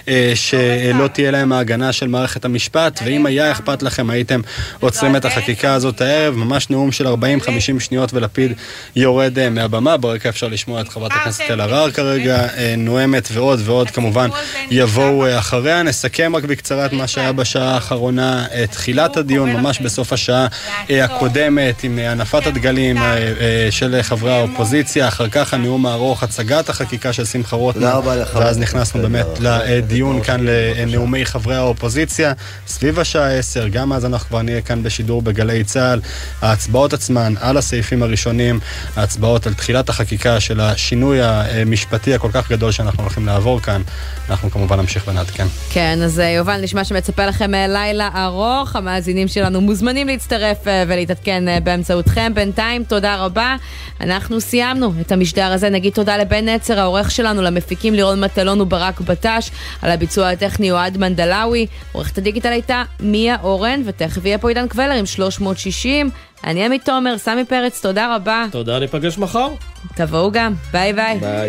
שלא תהיה להם ההגנה של מערכת המשפט, ואם היה אכפת לכם הייתם עוצרים את החקיקה הזאת הערב. ממש נאום של ארבעים חמישים שניות ולפיד יורד מהבמה. ברקע אפשר לשמוע את חברת הכנסת אלהרר כרגע נואמת, ועוד ועוד כמובן יבואו אחריה. נסכם רק בקצרה קצרת מה שהיה בשעה האחרונה, תחילת הדיון, ממש בסוף השעה הקודמת, עם הנפת הדגלים של חברי האופוזיציה, אחר כך הנאום הארוך, הצגת החקיקה של שמחה רוטמן, ואז נכנסנו באמת לדיון כאן לנאומי חברי האופוזיציה, סביב השעה עשר, גם אז אנחנו כבר נהיה כאן בשידור בגלי צה"ל, ההצבעות עצמן על הסעיפים הראשונים, ההצבעות על תחילת החקיקה של השינוי המשפטי הכל כך גדול שאנחנו הולכים לעבור כאן, אנחנו כמובן נמשיך ונעדכן. כן, אז יובל, נשמע שמצפה לכם לילה ארוך, המאזינים שלנו מוזמנים להצטרף ולהתעדכן באמצעותכם. בינתיים, תודה רבה. אנחנו סיימנו את המשדר הזה. נגיד תודה לבן נצר, העורך שלנו, למפיקים לירון מטלון וברק בטש, על הביצוע הטכני אוהד מנדלאוי, עורכת הדיגיטל הייתה מיה אורן, ותכף יהיה פה עידן קבלר עם שלוש מאות שישים. אני עמית תומר, סמי פרץ, תודה רבה. תודה, ניפגש מחר. תבואו גם. ביי ביי. ביי.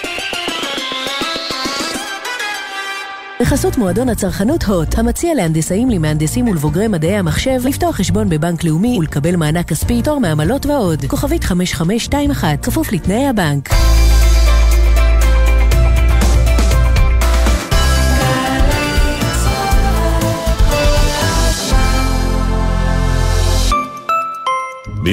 בחסות מועדון הצרכנות הוט, המציע להנדסאים, למהנדסים ולבוגרי מדעי המחשב לפתוח חשבון בבנק לאומי ולקבל מענק כספי, תור מעמלות ועוד. כוכבית חמש חמש שתיים אחת, כפוף לתנאי הבנק.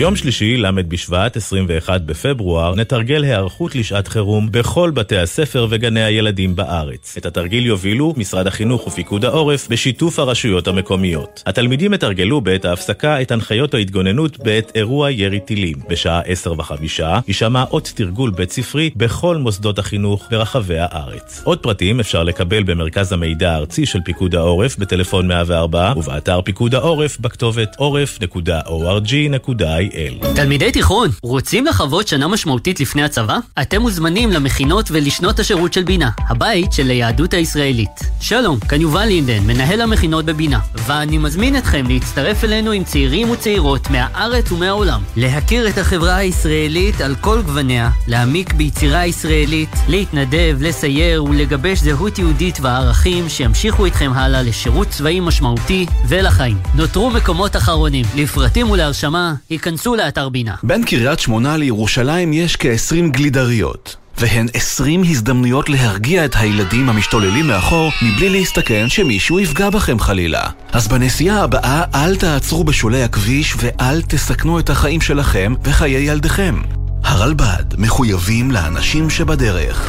ביום שלישי, למד בשבט, עשרים ואחד בפברואר, נתרגל הערכות לשעת חירום בכל בתי הספר וגני הילדים בארץ. את התרגיל יובילו משרד החינוך ופיקוד העורף בשיתוף הרשויות המקומיות. התלמידים התרגלו בעת ההפסקה את הנחיות ההתגוננות בעת אירוע ירי טילים. בשעה עשר וחמישה יישמע עוד תרגול בית ספרי בכל מוסדות החינוך ברחבי הארץ. עוד פרטים אפשר לקבל במרכז המידע הארצי של פיקוד העורף בטלפון מאה וארבע ובאתר פיקוד העורף בכתובת עורף נקודה או אר ג'י נקודה איי אל. תלמידי תיכון, רוצים לחוות שנה משמעותית לפני הצבא? אתם מוזמנים למכינות ולשנות השירות של בינה, הבית של היהדות הישראלית. שלום, כאן יובל לינדן, מנהל המכינות בבינה, ואני מזמין אתכם להצטרף אלינו עם צעירים וצעירות מהארץ ומהעולם, להכיר את החברה הישראלית על כל גווניה, להעמיק ביצירה ישראלית, להתנדב, לסייר ולגבש זהות יהודית וערכים שימשיכו איתכם הלאה לשירות צבאי משמעותי ולחיים. נותרו מקומות אחרונים. לפרטים ולהרשמה, ייכנסו לאתר בינה. בין קריית שמונה לירושלים יש כ-עשרים גלידריות, והן עשרים הזדמנויות להרגיע את הילדים המשתוללים מאחור מבלי להסתכן שמישהו יפגע בכם חלילה. אז בנסיעה הבאה אל תעצרו בשולי הכביש ואל תסכנו את החיים שלכם וחיי ילדיכם. הרלב"ד מחויבים לאנשים שבדרך.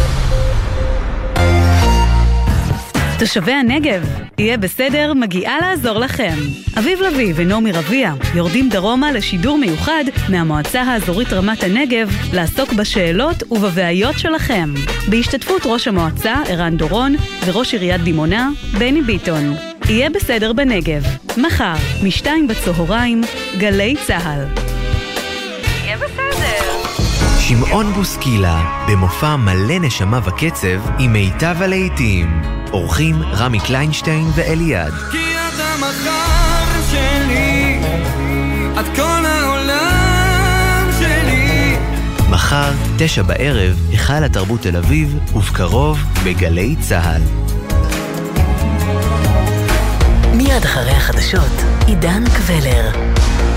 תושבי הנגב, יהיה בסדר, מגיעה לעזור לכם. אביב לוי ונעמי רביע יורדים דרומה לשידור מיוחד מהמועצה האזורית רמת הנגב לעסוק בשאלות ובבעיות שלכם. בהשתתפות ראש המועצה ערן דורון וראש עיריית דימונה בני ביטון. יהיה בסדר בנגב, מחר, משתיים בצהריים, גלי צהל. יהיה בסדר. שמעון בוסקילה, במופע מלא נשמה וקצב עם מיטב הלהיטים. אורחים רמי קליינשטיין ואליעד. כי את המחר שלי, את כל העולם שלי. מחר, תשע בערב, היכל התרבות תל אביב, ובקרוב בגלי צהל. מיד אחרי החדשות, עידן קבלר.